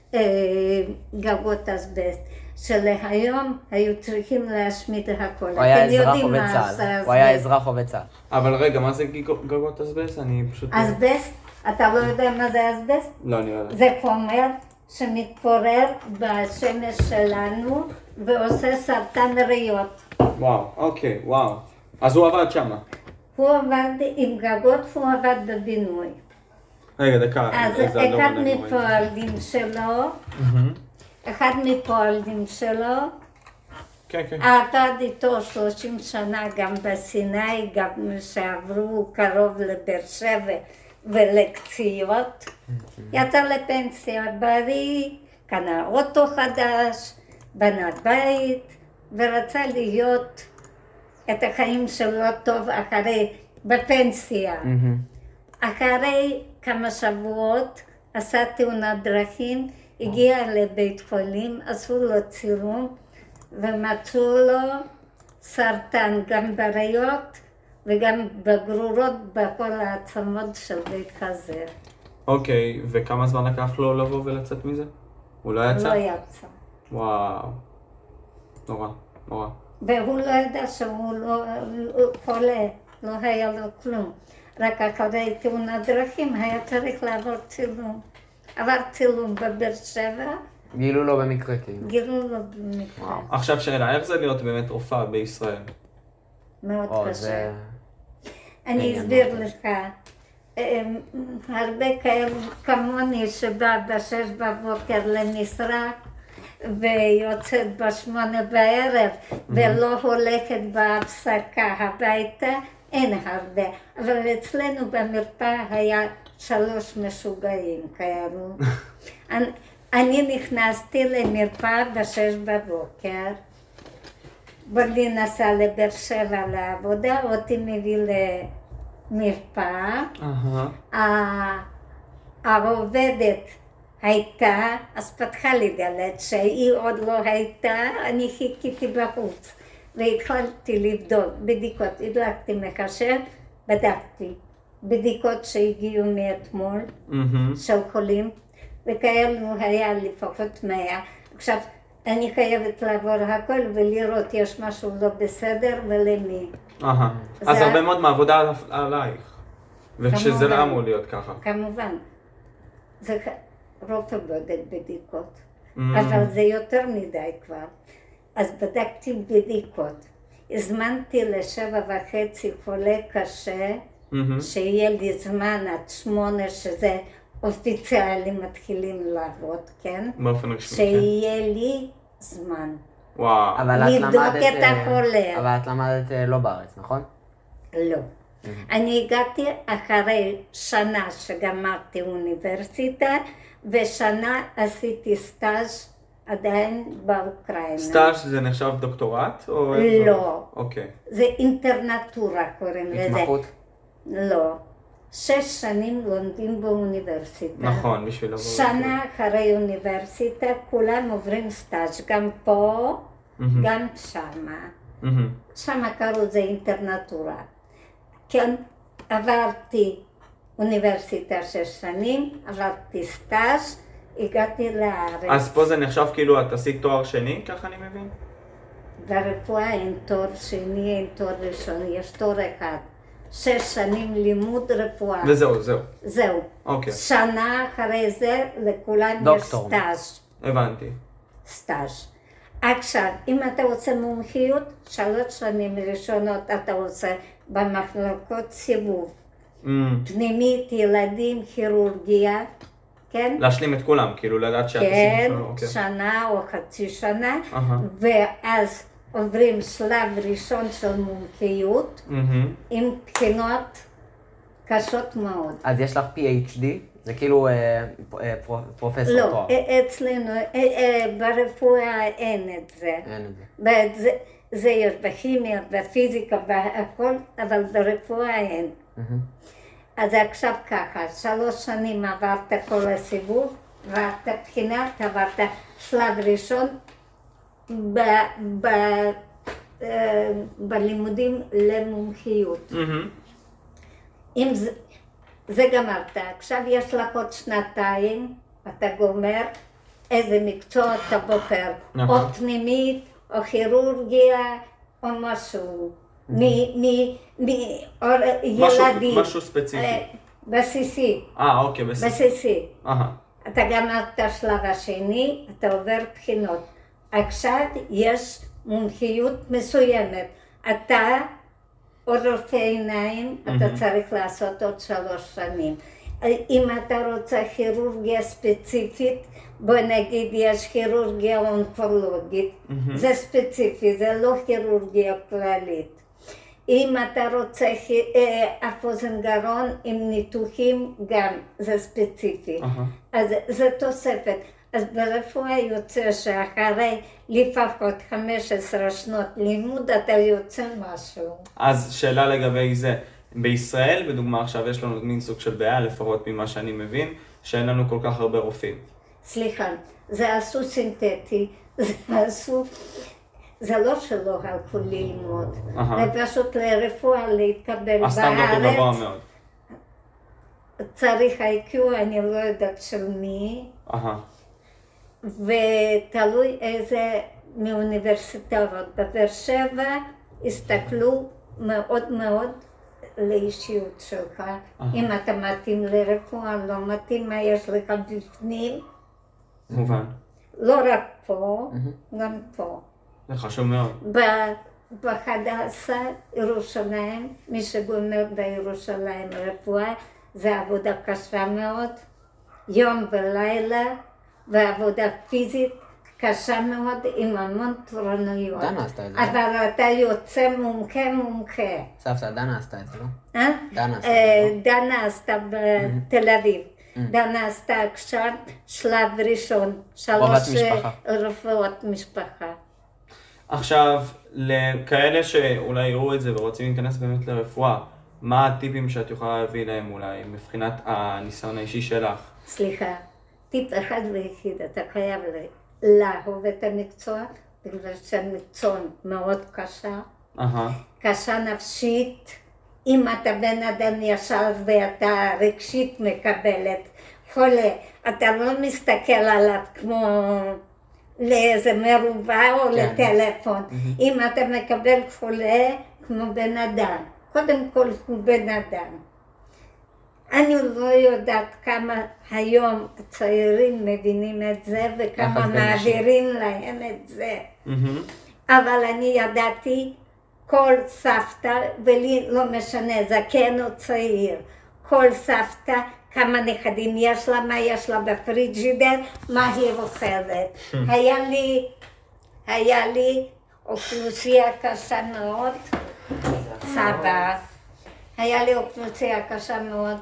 גגות אסבסט, שלהיום היו צריכים להשמיד הכל. הוא היה אזרח עובד צה"ל. הוא היה אזרח עובד צה"ל. אבל רגע, מה זה גגות אסבסט? אני פשוט... אסבסט? אתה לא יודע מה זה אסבסט? לא, אני לא יודע. זה חומר שמתפורר בשמש שלנו ועושה סרטן ריאות. וואו, אוקיי, וואו. אז הוא עבד שמה. הוא עבד עם גגות, הוא עבד בבינוי. רגע, דקה. אז אחד מפועלים שלו, עבד איתו 30 שנה גם בסיני, גם שעברו קרוב לבאר שבע ולקציות. יצא לפנסיה בריא, קנה אוטו חדש, בנה בית, ורצה להיות את החיים שלו טוב בפנסיה. אחרי כמה שבועות עשה תאונת דרכים, הגיע לבית חולים, עשו לו צילום ומצאו לו סרטן גם בריאות וגם בגרורות בכל העצמות של בית חזר. אוקיי, וכמה זמן לקח לו לבוא ולצאת מזה? הוא לא יצא? לא יצא. וואו. נורא, נורא. והוא לא ידע שהוא חולה, לא היה לו כלום. רק אחרי תאונת דרכים היה צריך לעבור צילום. עבר צילום בבאר שבע, גילו לו במקרה כאילו. גילו לו במקרה. עכשיו שאלה, איך זה להיות באמת רופאה בישראל? מאוד או, קשה. זה... אני אסביר לך. הרבה כאלו כמוני שבאה ב6 בבוקר למשרה ויוצאת ב8 בערב ולא הולכת בהפסקה הביתה, אין הרבה. אבל אצלנו במרפאה היה 3 משוגעים כאלו. אני נכנסתי למרפאה ב6 בבוקר. ברלי נסע לבאר שבע לעבודה, אותי מביא למרפאה. העובדת הייתה, אז פתחה לי דלת, שהיא עוד לא הייתה, אני חיכיתי בחוץ. והתחלתי לבדוק בדיקות, הדלקתי מחשב, בדקתי בדיקות שהגיעו מאתמול, של חולים, וכאלו היה לפחות 100. עכשיו, אני חייבת לעבור הכל ולראות יש משהו לא בסדר ולמי. אז הרבה מאוד מהעבודה עלייך. וכשזה לא אמור להיות ככה. כמובן. זה רופא בודק בדיקות. אבל זה יותר מדי כבר. אז בדקתי בדיקות. הזמנתי ל7:30 חולה קשה, שיהיה לי זמן עד 8, שזה אופיציאלי מתחילים לעבוד, כן? באופן רשמי, שיהיה לי זמן. וואו. לבדוק את החולה. אבל את למדת לא בארץ, נכון? לא. אני הגעתי אחרי שנה שגמרתי אוניברסיטה, ושנה עשיתי סטאז' עדיין באוקראינה. סטאז' זה נחשב דוקטורט? לא. אוקיי. זה אינטרנטורה קוראים לזה. התמחות? לא. 6 שנים לומדים באוניברסיטה. נכון, בשביל לבוא. שנה אחרי אוניברסיטה כולם עוברים סטאז' גם פה, גם שמה. שמה קראו זה אינטרנטורה. כן, עברתי אוניברסיטה 6 שנים, עברתי סטאז', הגעתי לארץ. אז פה זה נחשב כאילו את עשית תואר שני, ככה אני מבין? ברפואה אין תואר שני, אין תואר ראשון, יש תואר אחד. 6 שנים לימוד רפואה. וזהו, זהו. זהו. אוקיי. שנה אחרי זה לכולם יש סטאז'. הבנתי. סטאז'. עכשיו, אם אתה עושה מומחיות, 3 שנים ראשונות אתה עושה במחלקות סיבוב. פנימית, ילדים, כירורגיה, כן? להשלים את כולם, כאילו לדעת שאת כן, עושים. שנה או חצי שנה, ואז עוברים שלב ראשון של מומחיות, עם בחינות קשות מאוד. אז יש לך PhD? זה כאילו פרופסור תואר. לא, אצלנו, ברפואה אין את זה. אין את זה. זה יש בכימיה, בפיזיקה, בהכל, אבל ברפואה אין. אז עכשיו ככה, 3 שנים עברת כל הסיבוב, עברת בחינה, עברת שלב ראשון בלימודים למומחיות. אם זה גמרת, עכשיו יש לך עוד 2, אתה גומר איזה מקצוע אתה בוחר, או פנימית, או כירורגיה, או משהו, ילדים. משהו ספציפי. בסיסי. אוקיי, בסיסי. אתה גמרת השלב השני, אתה עובר בחינות. עכשיו יש מומחיות מסוימת. אתה או רופא עיניים, אתה צריך לעשות עוד 3 שנים. אם אתה רוצה כירורגיה ספציפית, בוא נגיד יש כירורגיה אונקולוגית, זה ספציפי, זה לא כירורגיה כללית. אם אתה רוצה אף אוזן גרון עם ניתוחים, גם זה ספציפי. אז זה תוספת. אז ברפואה יוצא שאחרי לפחות 15 שנות לימוד אתה יוצא משהו. אז שאלה לגבי זה, בישראל, בדוגמה עכשיו יש לנו מין סוג של בעיה, לפחות ממה שאני מבין, שאין לנו כל כך הרבה רופאים. סליחה, זה עשו סינתטי, זה לא שלא הלכו ללמוד, זה פשוט לרפואה להתקבל בארץ. הסטנדרט הוא גבוה מאוד. צריך IQ, אני לא יודעת של מי. ותלוי איזה מאוניברסיטאות. בבאר שבע הסתכלו מאוד מאוד, לאישיות שלך, אם אתה מתאים לרפואה, לא מתאים מה יש לך בפנים, מובן. לא רק פה, גם פה. זה חשוב מאוד. בהדסה ירושלים, מי שגומר בירושלים רפואה, זה עבודה קשה מאוד, יום ולילה, ועבודה פיזית קשה מאוד עם המון תורנויות. דנה עשתה את זה. אבל אתה יוצא מומחה. סבתא, דנה עשתה את זה, לא? דנה עשתה דנה עשתה בתל אביב. דנה עשתה עכשיו שלב ראשון, 3 רפואות משפחה. עכשיו, לכאלה שאולי יראו את זה ורוצים להיכנס באמת לרפואה, מה הטיפים שאת יכולה להביא להם אולי מבחינת הניסיון האישי שלך? סליחה, טיפ אחד ויחיד, אתה חייב לאהוב את המקצוע, בגלל שהמקצוע מאוד קשה, קשה נפשית. אם אתה בן אדם ישר ואתה רגשית מקבלת חולה, אתה לא מסתכל עליו כמו לאיזה מרובע או לטלפון. אם אתה מקבל חולה כמו בן אדם, קודם כל הוא בן אדם. אני לא יודעת כמה היום הצעירים מבינים את זה וכמה מעבירים להם את זה. אבל אני ידעתי כל סבתא, ולי לא משנה, זקן או צעיר, כל סבתא, כמה נכדים יש לה, מה יש לה בפריג'ידר, מה היא אוכלת. היה לי אוכלוסייה קשה מאוד, סבא, היה לי אוכלוסייה קשה מאוד,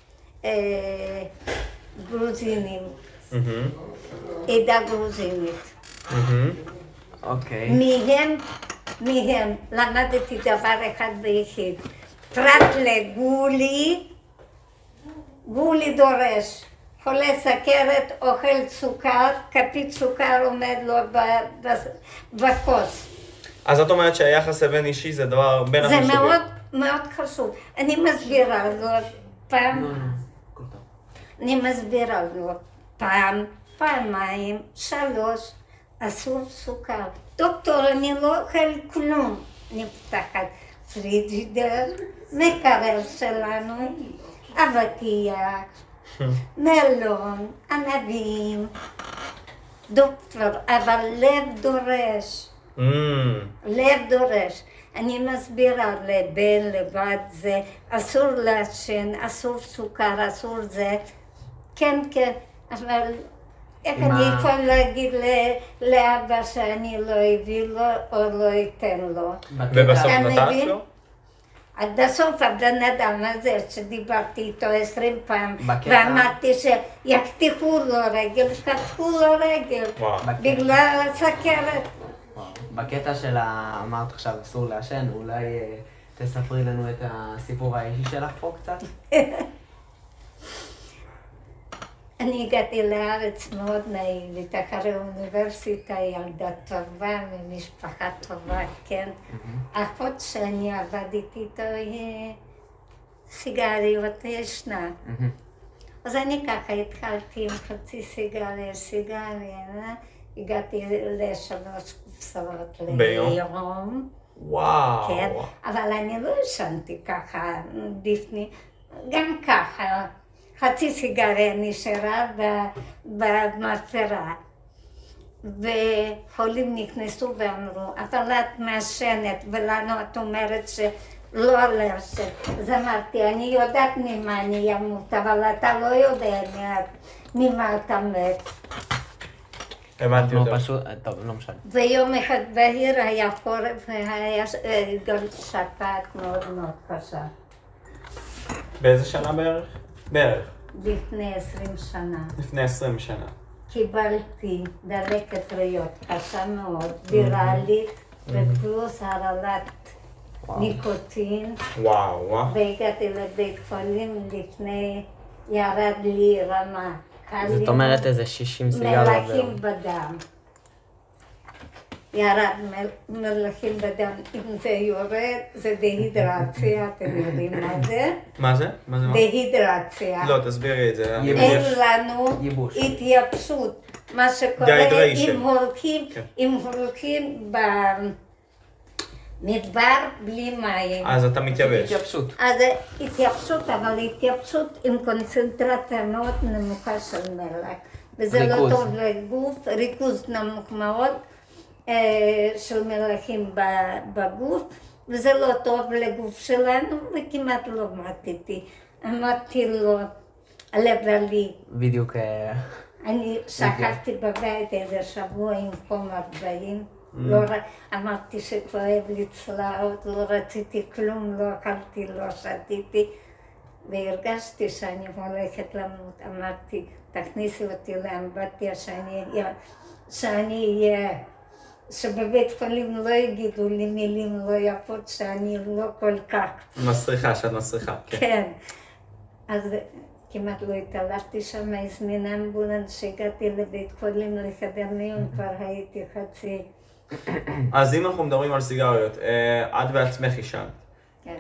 גרוזינים, עדה גרוזינית. אוקיי. מהם למדתי דבר אחד ויחיד, פרט לגולי, גולי דורש, חולה סכרת, אוכל סוכר, כפית סוכר עומד לו בכוס. אז את אומרת שהיחס הבין אישי זה דבר בין החשובים. זה מאוד מאוד חשוב. אני מסבירה לו פעם, פעמיים, 3, אסור סוכר. דוקטור, אני לא אוכל כלום. אני פותחת פריג'ידר, מקרר שלנו, אבטיח, מלון, ענבים, דוקטור, אבל לב דורש. לב דורש. אני מסבירה לבן, לבת זה, אסור לעשן, אסור סוכר, אסור זה. כן, כן, אבל איך אני יכול להגיד לאבא שאני לא אביא לו או לא אתן לו? ובסוף נתת לו? עד בסוף הבן אדם הזה שדיברתי איתו 20 פעם ואמרתי שיפתחו לו רגל, פתחו לו רגל בגלל הסכרת. בקטע של אמרת עכשיו אסור לעשן, אולי תספרי לנו את הסיפור האישי שלך פה קצת? אני הגעתי לארץ מאוד נאיבית, אחרי האוניברסיטה, ילדה טובה ממשפחה טובה, כן? אחות שאני עבדתי איתו היא סיגריות ישנה. אז אני ככה התחלתי עם חצי סיגריה, הגעתי ל3 קופסאות ליום. וואו. כן, אבל אני לא ישנתי ככה בפנים, גם ככה. חצי סיגריה נשארה במרפרה, וחולים נכנסו ואמרו, אבל את מעשנת ולנו את אומרת שלא לעשן. אז אמרתי, אני יודעת ממה אני אמות, אבל אתה לא יודע ממה אתה מת. הבנתי אותו. טוב, לא משנה. ויום אחד בהיר היה חורף והיה גם שפעת מאוד מאוד קשה. באיזה שנה בערך? בערך. לפני 20 שנה. לפני 20 שנה. קיבלתי דלקת ריאות קשה מאוד, ויראלית, ופלוס הרעלת ניקוטין. וואו. והגעתי לבית חולים לפני, ירד לי רמה. זאת אומרת איזה 60 סיגריות. מלחים בדם. ירד מלחים בדם, אם זה יורד, זה דהידרציה, אתם יודעים מה זה? מה זה? דהידרציה. לא, תסבירי את זה. אין לנו התייבשות. מה שקורה אם הולכים מדבר בלי מים. אז אתה מתייבש. התייבשות. אז התייבשות, אבל התייבשות עם קונצנטרציה מאוד נמוכה של מלח. וזה ריכוז. לא טוב לגוף, ריכוז נמוך מאוד של מלחים בגוף, וזה לא טוב לגוף שלנו, וכמעט לא מתתי. אמרתי לו, הלב לי. בדיוק. אני שכבתי בבית איזה שבוע עם חום 40. לא, אמרתי שכואב לי צלעות, לא רציתי כלום, לא אכלתי, לא שתיתי, והרגשתי שאני הולכת למות. אמרתי, תכניסי אותי לאמבטיה שאני אהיה, שבבית חולים לא יגידו לי מילים לא יפות, שאני לא כל כך. מסריחה, שאת מסריחה. כן. אז כמעט לא התעלפתי שם, הזמין אמבולנס, שהגעתי לבית חולים לחדר מיון, כבר הייתי חצי. אז אם אנחנו מדברים על סיגריות, את בעצמך עישנת. כן.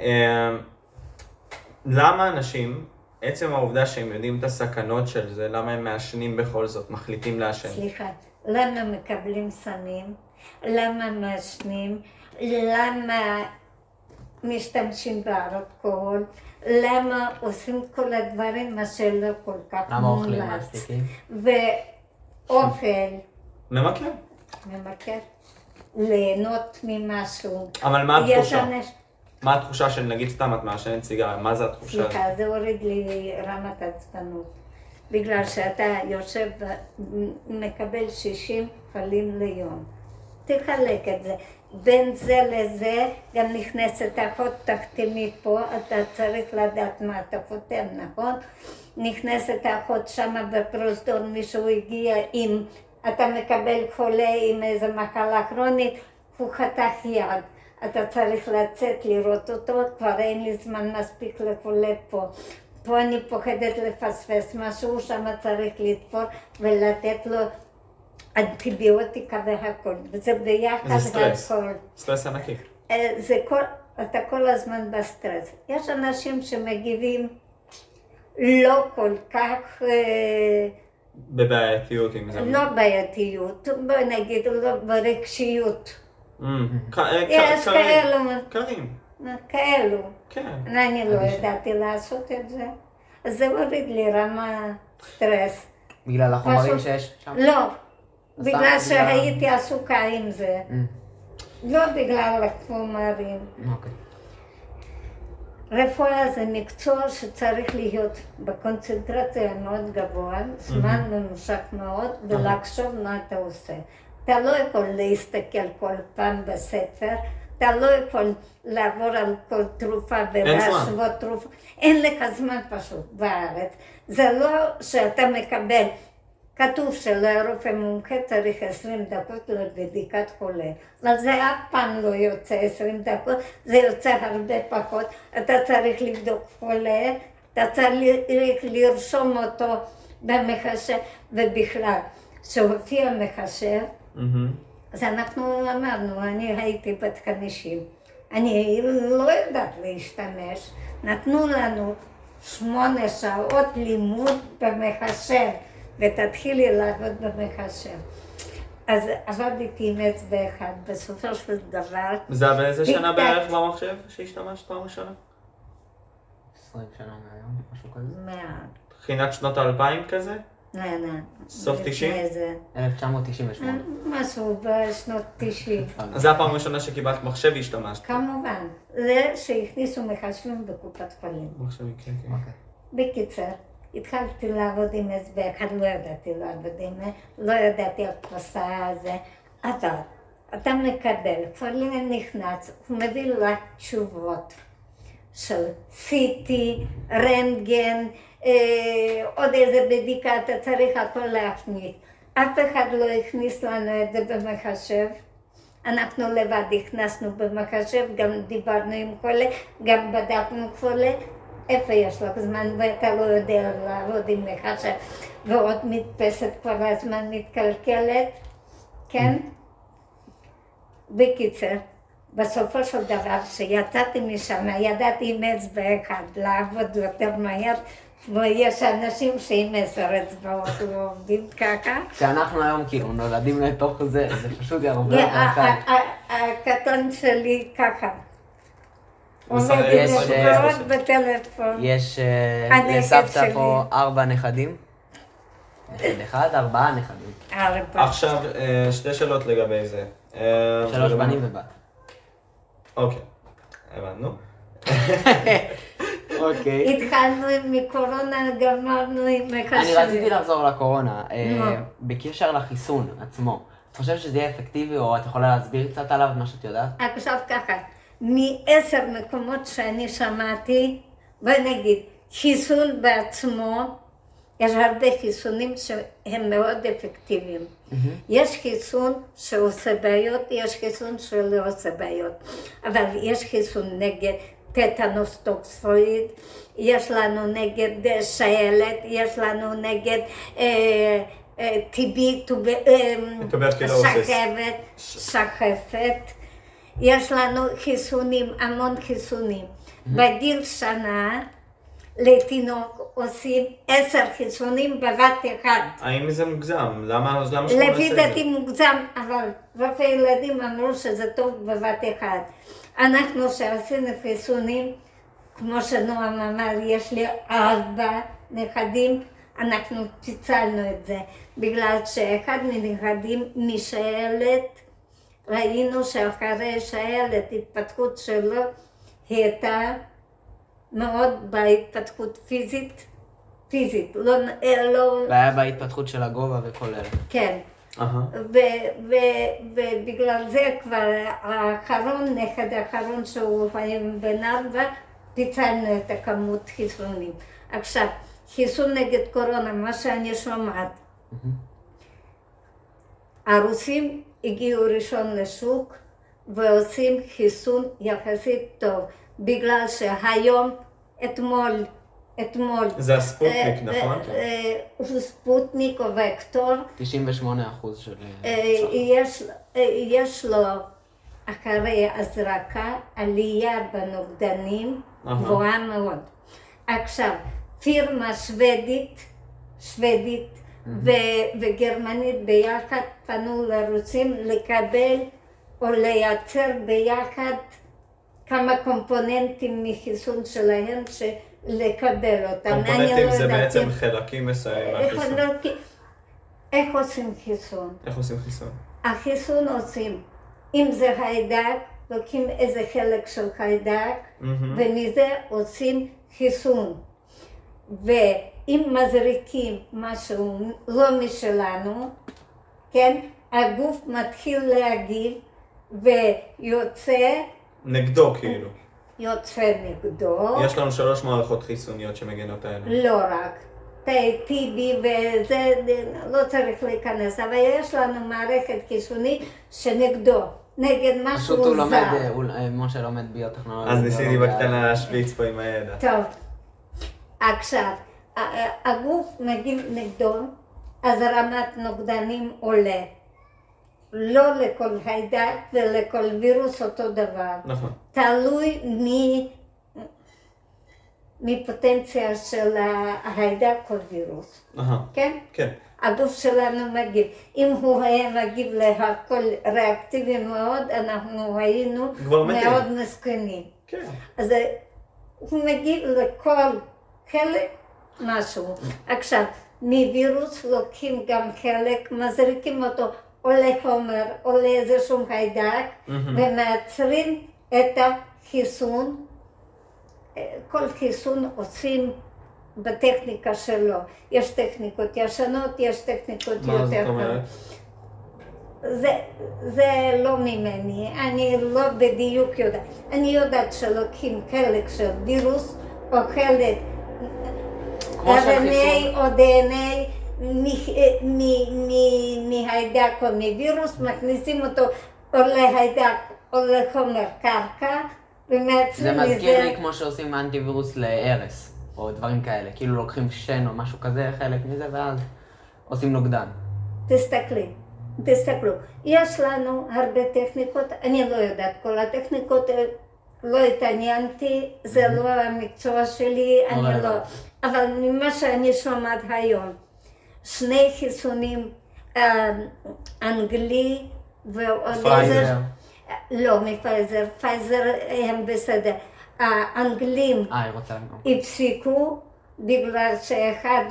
למה אנשים, עצם העובדה שהם יודעים את הסכנות של זה, למה הם מעשנים בכל זאת, מחליטים לעשן? סליחה, למה מקבלים סמים? למה מעשנים? למה משתמשים באלכוהול? למה עושים כל הדברים מה שלא כל כך למה אוכלים מומלץ? מסטיקים? ואוכל, ממכר. ממכר, ליהנות ממשהו. אבל מה התחושה? יש מה התחושה של נגיד סתם את מעשנת סיגריה? מה זה התחושה? סליחה, זה הוריד לי רמת עצבנות. בגלל שאתה יושב ומקבל 60 חולים ליום. תחלק את זה. בין זה לזה גם נכנסת אחות, תחתמי פה, אתה צריך לדעת מה אתה חותם, נכון? נכנסת אחות שמה בפרוזדור, מישהו הגיע עם, אתה מקבל חולה עם איזו מחלה כרונית, הוא חתך יד. אתה צריך לצאת לראות אותו, כבר אין לי זמן מספיק לחולה פה. פה אני פוחדת לפספס משהו, שם צריך לתפור ולתת לו אנטיביוטיקה והכל, וזה ביחד זה סטרס. הכל. סטרס ענקי. אתה כל הזמן בסטרס. יש אנשים שמגיבים לא כל כך, בבעייתיות עם זה. לא בעייתיות, בוא נגיד, לא ברגשיות. קרים. יש כאלו, כאלו. כן. אני לא ידעתי לעשות את זה. אז זה הוריד לי רמה סטרס. בגלל החומרים פשוט- שיש שם? לא, בגלל בגלל- שהייתי עסוקה עם זה. לא בגלל החומרים. אוקיי. רפואה זה מקצוע שצריך להיות בקונצנטרציה מאוד גבוה, זמן ממושך מאוד, ולחשוב מה אתה עושה. אתה לא יכול להסתכל כל פעם בספר, אתה לא יכול לעבור על כל תרופה ולהשוות תרופה. אין לך זמן פשוט בארץ. זה לא שאתה מקבל, כתוב שלרופא מומחה צריך 20 דקות לבדיקת חולה. אבל זה אף פעם לא יוצא 20 דקות, זה יוצא הרבה פחות. אתה צריך לבדוק חולה, אתה צריך לרשום אותו במחשב, ובכלל, כשהופיע מחשב, אז אנחנו אמרנו, אני הייתי בת 50, אני לא יודעת להשתמש, נתנו לנו 8 שעות לימוד במחשב, ותתחילי לעבוד במחשב. אז עבדתי עם אצבע אחד, בסופו של דבר... זה באיזה שנה בערך במחשב שהשתמשת פעם ראשונה? 20 שנה מהיום, משהו כזה. תחילת שנות ה-2000 כזה? לא. סוף 90? 1998. משהו בשנות 90. אז זה הפעם הראשונה שקיבלת מחשב והשתמשת. כמובן, זה שהכניסו מחשבים בקופת חולים. מחשב, כן, כן. אוקיי. בקיצר, התחלתי לעבוד עם אצבע אחד, לא ידעתי לעבוד עם זה, לא ידעתי הדפסה הזה, אבל אתה מקבל, כבר נכנס, הוא מביא לך תשובות של CT, רנטגן, עוד איזה בדיקה, אתה צריך הכל להכניס. אף אחד לא הכניס לנו את זה במחשב. אנחנו לבד הכנסנו במחשב, גם דיברנו עם חולה, גם בדקנו חולה. איפה יש לך זמן ואתה לא יודע לעבוד עם מחשב, ועוד מדפסת כבר הזמן מתקלקלת, כן? בקיצר, בסופו של דבר, כשיצאתי משם, ידעתי עם אצבע אחד לעבוד יותר מהר, ויש אנשים שעם 10 אצבעות לא עובדים ככה. כשאנחנו היום כאילו נולדים לתוך זה, זה פשוט הרבה יותר קל. הקטן שלי ככה. עומד יש, לשמות בטלפון. יש הנכד לסבתא שלי. פה 4 נכדים. נכד אחד, 4 נכדים. 4. עכשיו, שתי שאלות לגבי זה. 3 בנים ובת. אוקיי, הבנו. אוקיי. התחלנו מקורונה, גמרנו עם מקשר. אני רציתי לחזור לקורונה. נו. בקשר לחיסון עצמו. את חושבת שזה יהיה אפקטיבי, או את יכולה להסביר קצת עליו, מה שאת יודעת? עכשיו ככה, מ10 מקומות שאני שמעתי, בוא נגיד, חיסון בעצמו, יש הרבה חיסונים שהם מאוד אפקטיביים. יש חיסון שעושה בעיות, יש חיסון שלא עושה בעיות. אבל יש חיסון נגד טטנוס טוקספויד, יש לנו נגד שעלת, יש לנו נגד TB, שחפת. יש לנו חיסונים, המון חיסונים. בגיל שנה לתינוק עושים 10 חיסונים בבת אחת. האם זה מוגזם? למה שלא נעשה את לפי זה? דעתי מוגזם, אבל רופא ילדים אמרו שזה טוב בבת אחת. אנחנו שעשינו חיסונים, כמו שנועם אמר, יש לי 4 נכדים, אנחנו פיצלנו את זה, בגלל שאחד מנכדים משעלת, ראינו שאחרי שעלת התפתחות שלו הייתה מאוד בהתפתחות פיזית, לא, והיה בהתפתחות של הגובה וכל אלה. כן. ובגלל זה כבר האחרון, נכד האחרון שהוא היום בן 4, פיצלנו את הכמות חיסונים. עכשיו, חיסון נגד קורונה, מה שאני שומעת, הרוסים הגיעו ראשון לשוק ועושים חיסון יחסית טוב, בגלל שהיום, אתמול, זה הספוטניק, נכון? הוא ספוטניק או וקטור, 98% של... יש לו אחרי הזרקה עלייה בנוגדנים גבוהה מאוד. עכשיו, פירמה שוודית וגרמנית ביחד פנו לרוסים לקבל או לייצר ביחד כמה קומפוננטים מחיסון שלהם לקבל אותם. קומפוננטים זה בעצם חלקים מסוימים מהחיסון. איך עושים חיסון? איך עושים חיסון? החיסון עושים, אם זה חיידק, לוקחים איזה חלק של חיידק, ומזה עושים חיסון. ואם מזריקים משהו לא משלנו, כן, הגוף מתחיל להגיב ויוצא... נגדו כאילו. יוצא נגדו. יש לנו 3 מערכות חיסוניות שמגנות עלינו. לא רק. TB וזה, לא צריך להיכנס, אבל יש לנו מערכת חיסונית שנגדו, נגד משהו פשוט הוא זר. לומד, משה לומד ביוטכנולוגיה. אז ניסיתי בקטנה להשוויץ פה עם הידע. טוב, עכשיו, הגוף מגיב נגדו, אז רמת נוגדנים עולה. לא לכל חיידק ולכל וירוס אותו דבר. נכון. תלוי מפוטנציה של החיידק או וירוס. כן? כן. הגוף שלנו מגיב. אם הוא היה מגיב להכל ריאקטיבי מאוד, אנחנו היינו מאוד מסכנים. כן. אז הוא מגיב לכל חלק משהו. עכשיו, מווירוס לוקחים גם חלק, מזריקים אותו או לחומר או לאיזשהו חיידק, ומייצרים את החיסון. כל חיסון עושים בטכניקה שלו. יש טכניקות ישנות, יש טכניקות יותר... מה זאת אומרת? זה לא ממני, אני לא בדיוק יודעת. אני יודעת שלוקחים חלק של וירוס או חלק RNA או DNA מהיידק או מווירוס, מכניסים אותו או להיידק או לחומר קרקע ומייצרים מזה... זה מזכיר לי כמו שעושים אנטיווירוס להרס או דברים כאלה, כאילו לוקחים שן או משהו כזה, חלק מזה, ואז עושים נוגדן. תסתכלו, יש לנו הרבה טכניקות, אני לא יודעת כל הטכניקות, לא התעניינתי, זה לא המקצוע שלי, אני לא, אבל ממה שאני שומעת היום, 2 חיסונים, אנגלי ועוד איזה, לא מפייזר, פייזר הם בסדר. האנגלים היא רוצה לנגום. הפסיקו בגלל שאחד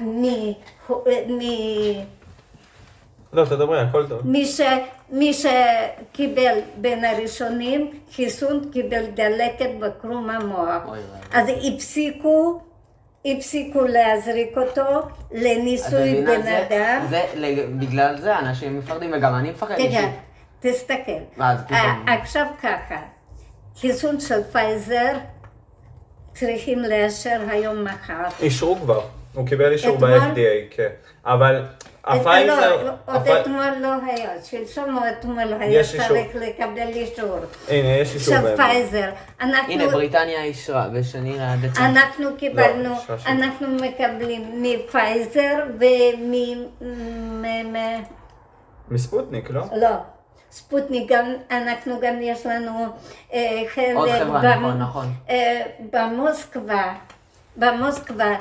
לא, תדברי, הכל טוב. מי שקיבל בין הראשונים חיסון קיבל דלקת בקרום המוח. אז הפסיקו להזריק אותו לניסוי בן אדם. בגלל זה אנשים מפחדים וגם אני מפחד. תסתכל. עכשיו ככה, חיסון של פייזר צריכים לאשר היום מחר. אישרו כבר, הוא קיבל אישור ב-FDA, כן. אבל הפייזר... עוד אתמול לא היה, שלשום או אתמול היה צריך לקבל אישור. הנה, יש אישור של פייזר. הנה, בריטניה אישרה, ושני דצמבר. אנחנו קיבלנו, אנחנו מקבלים מפייזר מספוטניק, לא? לא. ספוטניק, אנחנו גם יש לנו חלק... עוד חברה, נכון. במוסקבה,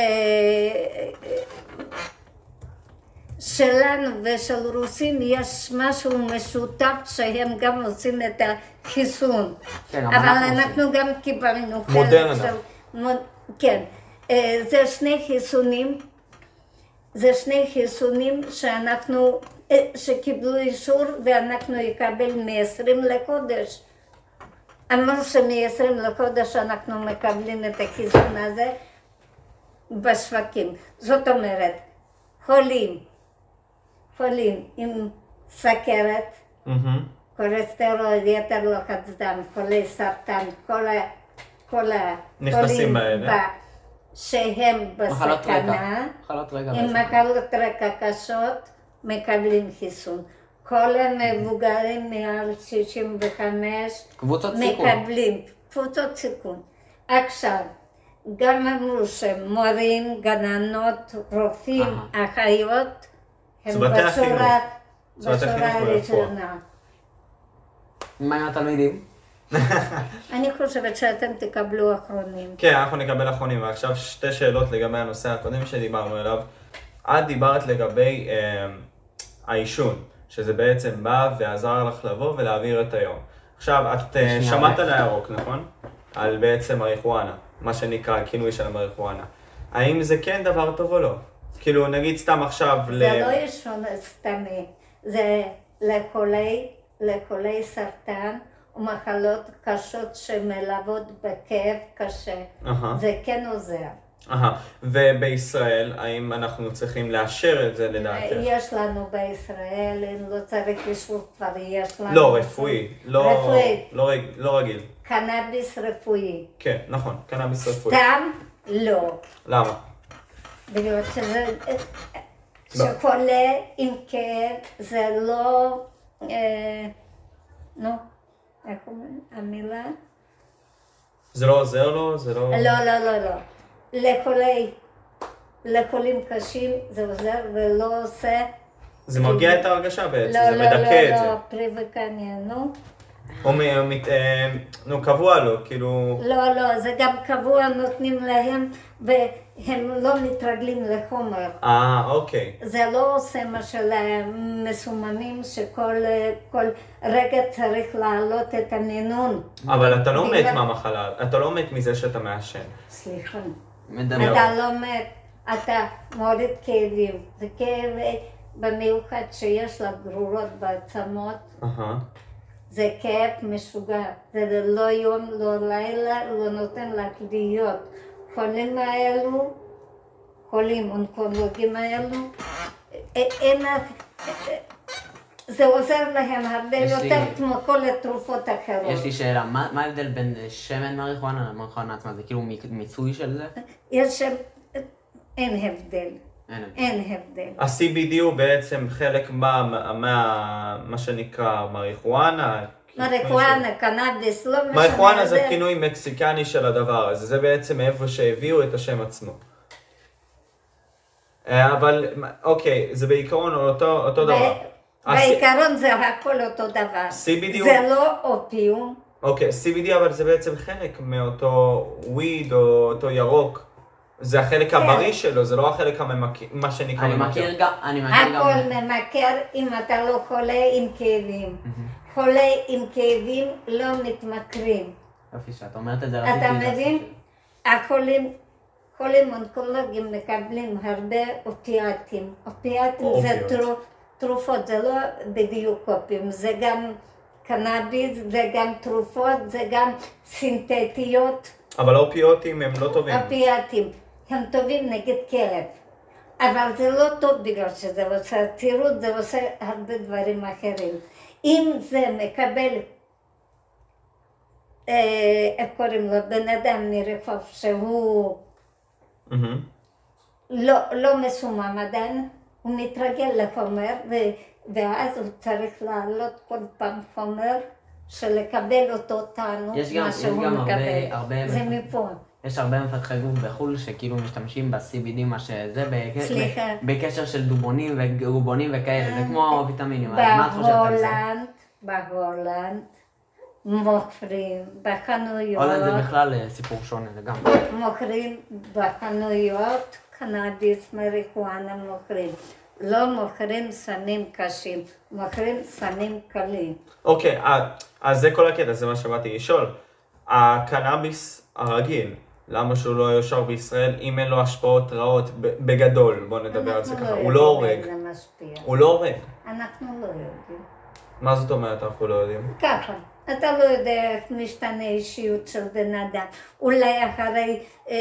שלנו ושל רוסים יש משהו משותף שהם גם עושים את החיסון. כן, אבל אנחנו גם קיבלנו מודרנה. כן, זה שני חיסונים שקיבלו אישור ואנחנו יקבל מ-20 לחודש. אמרו שמ-20 לחודש אנחנו מקבלים את החיסון הזה בשווקים. זאת אומרת, חולים עם סכרת, כולסטרול, יתר לחץ דם, חולי סרטן, כל נכנסים האלה. שהם בסכנה, עם מחלות רקע קשות, מקבלים חיסון. כל המבוגרים מעל 65 מקבלים קבוצות סיכון. עכשיו, גם אמרו שמורים, גננות, רופאים, אחיות, הם בצורה ראשונה. מה עם התלמידים? אני חושבת שאתם תקבלו אחרונים. כן, אנחנו נקבל אחרונים. ועכשיו שתי שאלות לגבי הנושא הקודם שדיברנו עליו. את דיברת לגבי העישון, שזה בעצם בא ועזר לך לבוא ולהעביר את היום. עכשיו, את שמעת על הירוק, נכון? על בעצם מריחואנה, מה שנקרא, הכינוי של המריחואנה. האם זה כן דבר טוב או לא? כאילו, נגיד סתם עכשיו זה לא עישון סתמי, זה לחולי סרטן ומחלות קשות שמלוות בכאב קשה. זה כן עוזר. ובישראל, האם אנחנו צריכים לאשר את זה לדעתך? יש לנו בישראל, אם לא צריך אישור כבר יש לנו. לא, רפואי. לא רגיל. קנאביס רפואי. כן, נכון, קנאביס רפואי. סתם לא. למה? בגלל שחולה עם כאב זה לא, איך אומרים? המילה? זה לא עוזר לו? זה לא... לא. לחולים קשים זה עוזר ולא עושה... זה מרגיע את ההרגשה בעצם, זה מדכא את זה. לא, פריבקניה, נו. קבוע לו, כאילו... לא, זה גם קבוע נותנים להם והם לא מתרגלים לחומר. אוקיי. זה לא עושה מה של המסוממים שכל רגע צריך להעלות את המינון. אבל אתה לא מת מהמחלה, אתה לא מת מזה שאתה מעשן. סליחה. אתה לא מת, אתה מוריד כאבים. זה כאב במיוחד שיש לה גרורות בעצמות. זה כאב משוגע, זה לא יום, לא לילה, לא נותן לך להיות. חולים האלו, חולים אונקולוגים האלו, זה עוזר להם הרבה יותר כמו כל התרופות האחרות. יש לי שאלה, מה ההבדל בין שמן מריחואנה למריחואנה עצמה? זה כאילו מיצוי של זה? אין הבדל. אין הבדל. ה-CBD הוא בעצם חלק מה שנקרא מריחואנה. מריחואנה, קנאביס, לא משנה. מריחואנה זה כינוי מקסיקני של הדבר הזה, זה בעצם איפה שהביאו את השם עצמו. אבל אוקיי, זה בעיקרון אותו דבר. בעיקרון זה הכל אותו דבר. זה לא אופיום. אוקיי, CBD אבל זה בעצם חלק מאותו וויד או אותו ירוק. זה החלק הבריא שלו, זה לא החלק מה שנקרא ממכר. אני מכיר גם... הכל ממכר אם אתה לא חולה עם כאבים. חולה עם כאבים לא מתמכרים. יופי, שאת אומרת את זה, אתה מבין? חולים אונקולוגיים מקבלים הרבה אופיאטים. אופיאטים זה תרופות, זה לא בדיוק אופיום, זה גם קנאביס, זה גם תרופות, זה גם סינתטיות. אבל האופיאטים הם לא טובים. אופיאטים, הם טובים נגד כלב. אבל זה לא טוב בגלל שזה עושה צירות, זה עושה הרבה דברים אחרים. אם זה מקבל, איך קוראים לו, בן אדם מרחוב שהוא לא מסומם עדיין, הוא מתרגל לחומר, ואז הוא צריך לעלות כל פעם חומר, שלקבל אותו טענות, מה שהוא מקבל. זה מפה. יש הרבה מפתחי גוף בחו"ל שכאילו משתמשים ב-CBD, מה שזה, בקשר של דובונים וגרובונים וכאלה, זה כמו ויטמינים. בהולנד מוכרים בחנויות. הולנד זה בכלל סיפור שונה לגמרי. מוכרים בחנויות, קנאביס, מריחואנה מוכרים. לא מוכרים סמים קשים, מוכרים סמים קלים. אוקיי, אז זה כל הקטע, זה מה שבאתי לשאול. הקנאביס הרגיל, למה שהוא לא יושר בישראל אם אין לו השפעות רעות בגדול, בוא נדבר על זה ככה, הוא לא הורג. הוא לא הורג. אנחנו לא יודעים. מה זאת אומרת אנחנו לא יודעים? ככה, אתה לא יודע איך משתנה אישיות של בן אדם. אולי אחרי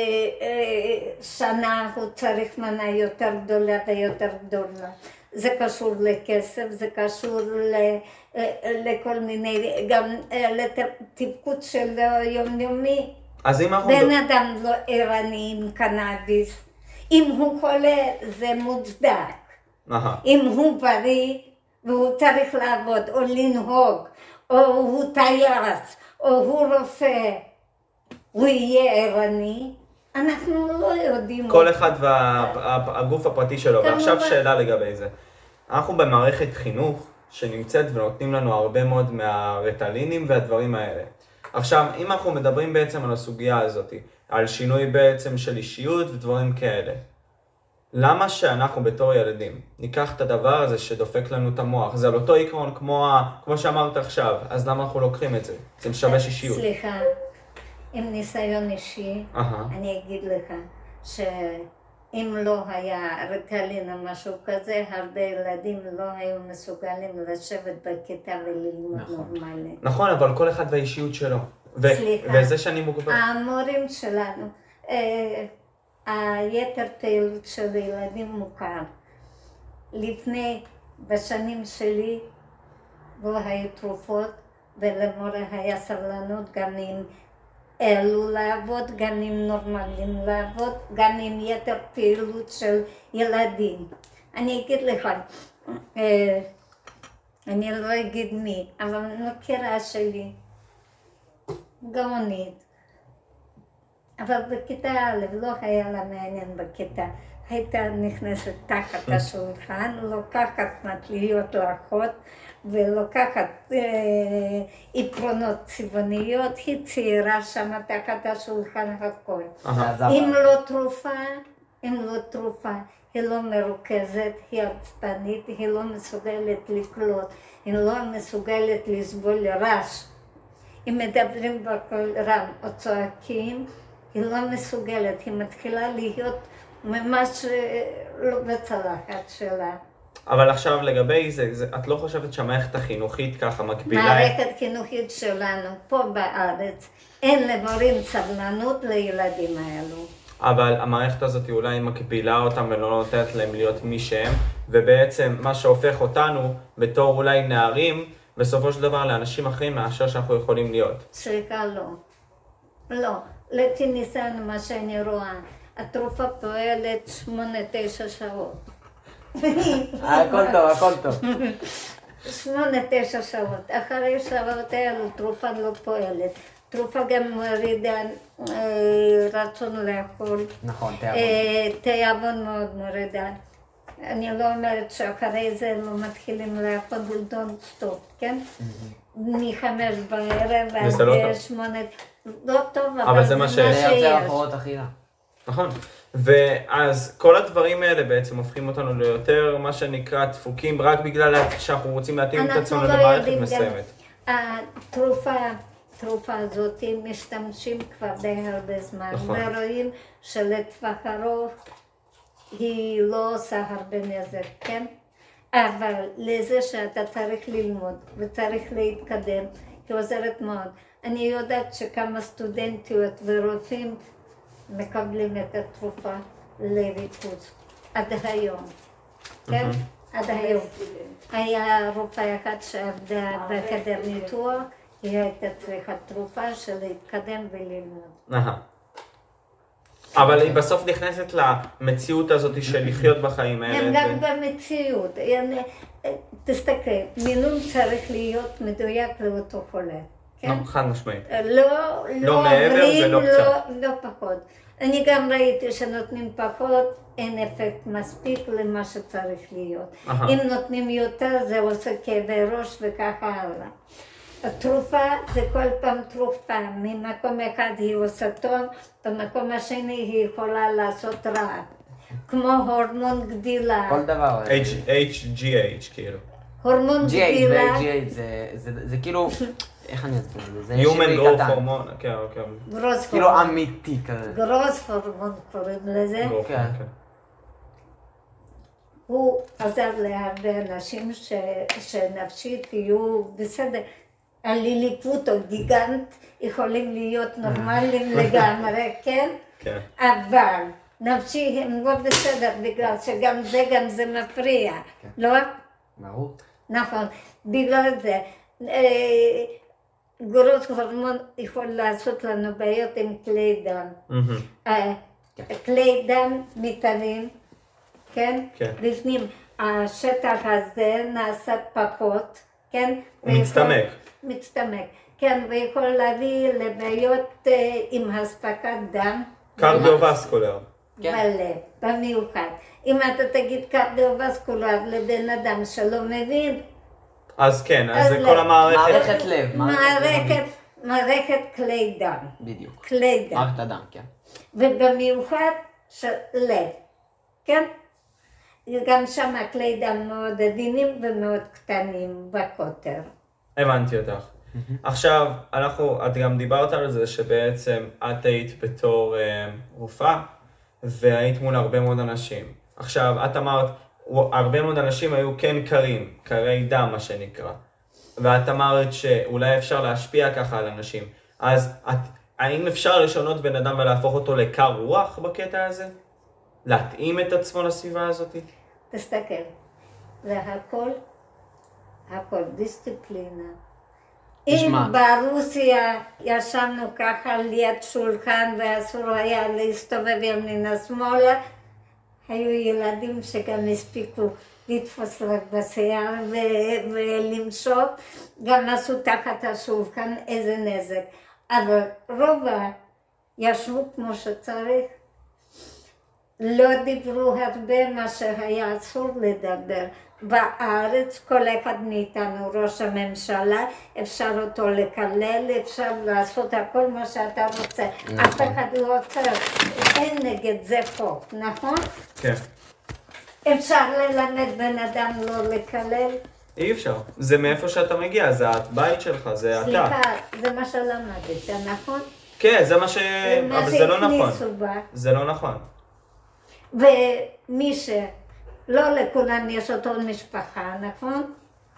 שנה הוא צריך מנה יותר גדולה ויותר גדולה. זה קשור לכסף, זה קשור לכל מיני, גם לתפקוד של יומיומי. בן אדם לא ערני עם קנאביס. אם הוא חולה זה מוצדק. אם הוא בריא והוא צריך לעבוד או לנהוג, או הוא טייס, או הוא רופא, הוא יהיה ערני. אנחנו לא יודעים. כל אחד והגוף הפרטי שלו. ועכשיו שאלה לגבי זה. אנחנו במערכת חינוך שנמצאת ונותנים לנו הרבה מאוד מהרטלינים והדברים האלה. עכשיו, אם אנחנו מדברים בעצם על הסוגיה הזאת, על שינוי בעצם של אישיות ודברים כאלה, למה שאנחנו בתור ילדים ניקח את הדבר הזה שדופק לנו את המוח? זה על אותו עיקרון כמו שאמרת עכשיו, אז למה אנחנו לוקחים את זה? זה משבש אישיות. סליחה, עם ניסיון אישי, אני אגיד לך שאם לא היה רטלין או משהו כזה, הרבה ילדים לא היו מסוגלים לשבת בכיתה וללמוד נורמלי. נכון, אבל כל אחד והאישיות שלו. סליחה, וזה שאני מוגבל. המורים שלנו, היתר פעילות של ילדים מוכר. לפני, בשנים שלי, לא היו תרופות, ולמורה היה סבלנות גם אם העלו לעבוד, גם אם נורמלים לעבוד, גם עם יתר פעילות של ילדים. אני אגיד לך, אני לא אגיד מי, אבל מכירה שלי, גאונית. אבל בכיתה א' לא היה לה מעניין בכיתה. הייתה נכנסת תחת השולחן, לוקחת מטליות לאחות ולוקחת עקרונות צבעוניות, היא ציירה שם תחת השולחן הכל. אם לא תרופה, היא לא מרוכזת, היא עצבנית, היא לא מסוגלת לקלוט, היא לא מסוגלת לסבול רעש. אם מדברים בקול רם או צועקים, היא לא מסוגלת, היא מתחילה להיות ממש לא בצלחת שלה. אבל עכשיו לגבי זה, את לא חושבת שהמערכת החינוכית ככה מקבילה? מערכת חינוכית שלנו פה בארץ, אין למורים סבלנות לילדים האלו. אבל המערכת הזאת אולי מקבילה אותם ולא נותנת להם להיות מי שהם, ובעצם מה שהופך אותנו בתור אולי נערים, בסופו של דבר לאנשים אחרים מאשר שאנחנו יכולים להיות. סליחה, לא. לא. לפי ניסיון מה שאני רואה, התרופה פועלת 8-9 שעות. הכל טוב. 8-9 שעות. אחרי שעות האלו תרופה לא פועלת. תרופה גם מורידה רצון לאכול. נכון, תיאבון מאוד מורידה. אני לא אומרת שאחרי זה לא מתחילים לאכול don't stop, כן? מ-5 בערב ועד 8. לא טוב, אבל זה מה שיש. זה יוצר הפרעות אכילה. נכון. ואז כל הדברים האלה בעצם הופכים אותנו ליותר מה שנקרא דפוקים רק בגלל שאנחנו רוצים להתאים את עצמנו למערכת מסוימת. התרופה הזאת משתמשים כבר די הרבה זמן, ורואים שלטווח ארוך היא לא עושה הרבה נזק, כן? אבל לזה שאתה צריך ללמוד וצריך להתקדם, היא עוזרת מאוד. אני יודעת שכמה סטודנטיות ורופאים מקבלים את התרופה לריכוז עד היום, כן? עד היום. היה רופאה אחת שעבדה בחדר ניתוח, היא הייתה צריכה תרופה של להתקדם וללמוד. אבל היא בסוף נכנסת למציאות הזאת של לחיות בחיים האלה. הם גם במציאות. תסתכל, מינון צריך להיות מדויק לאותו חולה. חד משמעית. לא מעבר ולא קצת. לא פחות. אני גם ראיתי שנותנים פחות, אין אפקט מספיק למה שצריך להיות. אם נותנים יותר זה עושה כאבי ראש וככה הלאה. התרופה זה כל פעם תרופה, ממקום אחד היא עושה טוב, במקום השני היא יכולה לעשות רע. כמו הורמון גדילה. כל דבר. HGH כאילו. הורמון גדילה. GH זה כאילו, איך אני אסביר את זה? Human growth hormone, כן. כאילו אמיתי כזה. גרוס הורמון קוראים לזה. כן. הוא עזר להרבה אנשים שנפשית יהיו בסדר. הליליפוט או גיגנט יכולים להיות נורמליים לגמרי, כן? כן. אבל נפשי הם לא בסדר בגלל שגם זה מפריע, לא? ברור. נכון, בגלל זה. גרוס הורמון יכול לעשות לנו בעיות עם כלי דם. כלי דם מתעלים, כן? לפנים השטח הזה נעשה פחות, כן? מצטמק, כן, ויכול להביא לבעיות עם הספקת דם. קרדיו-וסקולר. בלב, במיוחד. אם אתה תגיד קרדיו-וסקולר לבן אדם שלא מבין, אז כן, אז זה כל המערכת. מערכת לב. מערכת כלי דם. בדיוק. כלי דם. מערכת הדם, כן. ובמיוחד של לב, כן? גם שם כלי דם מאוד עדינים ומאוד קטנים בקוטר. הבנתי אותך. עכשיו, את גם דיברת על זה שבעצם את היית בתור רופאה והיית מול הרבה מאוד אנשים. עכשיו, את אמרת, הרבה מאוד אנשים היו כן קרי דם מה שנקרא. ואת אמרת שאולי אפשר להשפיע ככה על אנשים. אז האם אפשר לשנות בן אדם ולהפוך אותו לקר רוח בקטע הזה? להתאים את עצמו לסביבה הזאת? תסתכל, זה הכל דיסציפלינה. אם ברוסיה ישבנו ככה ליד שולחן ואסור היה להסתובב ימינה שמאלה, היו ילדים שגם הספיקו לתפוס רק בשיער ולמשוך, גם עשו תחת השולחן איזה נזק. אבל רוב ישבו כמו שצריך, לא דיברו הרבה מה שהיה אסור לדבר. בארץ כל אחד מאיתנו, ראש הממשלה, אפשר אותו לקלל, אפשר לעשות הכל מה שאתה רוצה. אף אחד לא עוצר, אין נגד זה חוק, נכון? כן. אפשר ללמד בן אדם לא לקלל? אי אפשר, זה מאיפה שאתה מגיע, זה הבית שלך, זה אתה. סליחה, זה מה שלמדת, נכון? כן, זה מה אבל זה לא נכון. זה לא נכון. ומי לא לכולם יש אותו משפחה, נכון?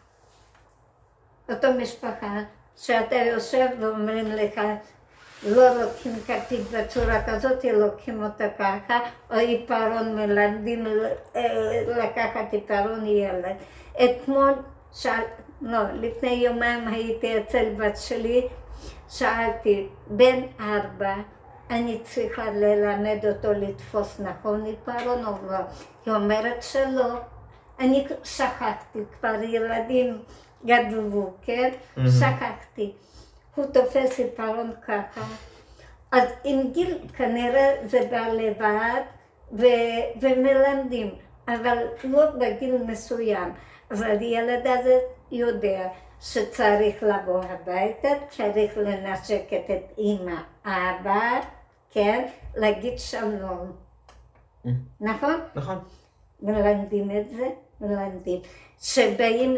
אותו משפחה שאתה יושב ואומרים לך, לא לוקחים כתית בצורה כזאת, לוקחים אותה ככה, או עיפרון מלמדים לקחת עיפרון ילד. אתמול, לפני יומיים הייתי אצל בת שלי, שאלתי, בן 4, אני צריכה ללמד אותו לתפוס נכון עיפרון או לא? היא אומרת שלא. אני שכחתי, כבר ילדים גדלו, כן? שכחתי. הוא תופס עיפרון ככה. אז עם גיל כנראה זה בא לבד ומלמדים, אבל לא בגיל מסוים. אבל ילד הזה יודע שצריך לבוא הביתה, צריך לנשק את אמא, אבא, כן? להגיד שלום. נכון? נכון. מלמדים את זה, מלמדים. שבאים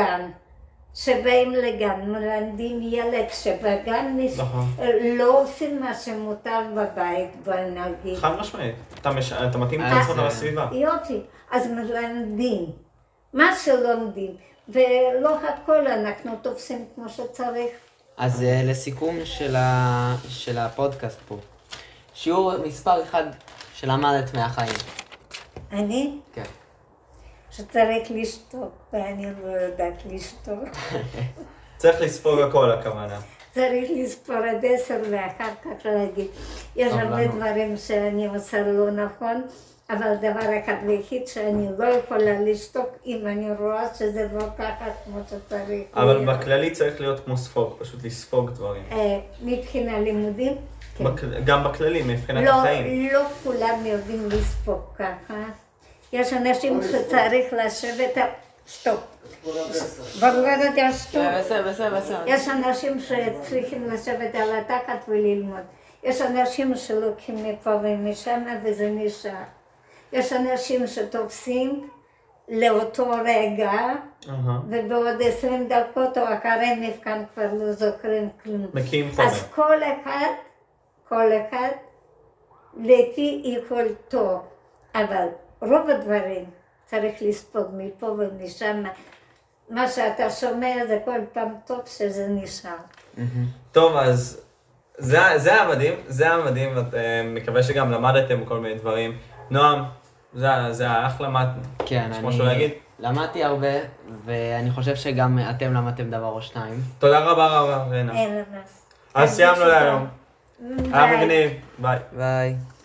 לגן, מלמדים ילד שבגן לא עושים מה שמותר בבית, בוא נגיד. חד משמעית. אתה מתאים את עצמך לסביבה. יופי, אז מלמדים. מה שלומדים, ולא הכל אנחנו תופסים כמו שצריך. אז לסיכום של הפודקאסט פה, שיעור מספר אחד שלמדת מהחיים. אני? כן. שצריך לשתוק, ואני לא יודעת לשתוק. צריך לספוג הכל, הכוונה. צריך לספור עד 10 ואחר כך להגיד. יש הרבה דברים שאני עושה לא נכון, אבל דבר אחד ויחיד שאני לא יכולה לשתוק אם אני רואה שזה לא ככה כמו שצריך. אבל בכללי צריך להיות כמו ספוג, פשוט לספוג דברים. מבחינה לימודים? גם בכללי, מבחינת החיים. לא כולם יודעים לספוג ככה. יש אנשים שצריך לשבת... שטופ. בגלל זה שטופ. בסדר. יש אנשים שצריכים לשבת על התחת וללמוד. יש אנשים שלוקחים מפה ומשם וזה נשאר. יש אנשים שתופסים לאותו רגע, ובעוד 20 דקות או אחרי מבחן כבר לא זוכרים כלום. מקים חומר. אז כל אחד לפי יכולתו, אבל רוב הדברים צריך לספוג מפה ומשם. מה שאתה שומע זה כל פעם טוב שזה נשאר. טוב, אז זה היה מדהים, מקווה שגם למדתם כל מיני דברים. נועם, זה היה אחלה, כן, אני למדתי הרבה, ואני חושב שגם אתם למדתם דבר או שניים. תודה רבה, רנה. אין למה. אז סיימנו להיום. היה מגניב, ביי. ביי.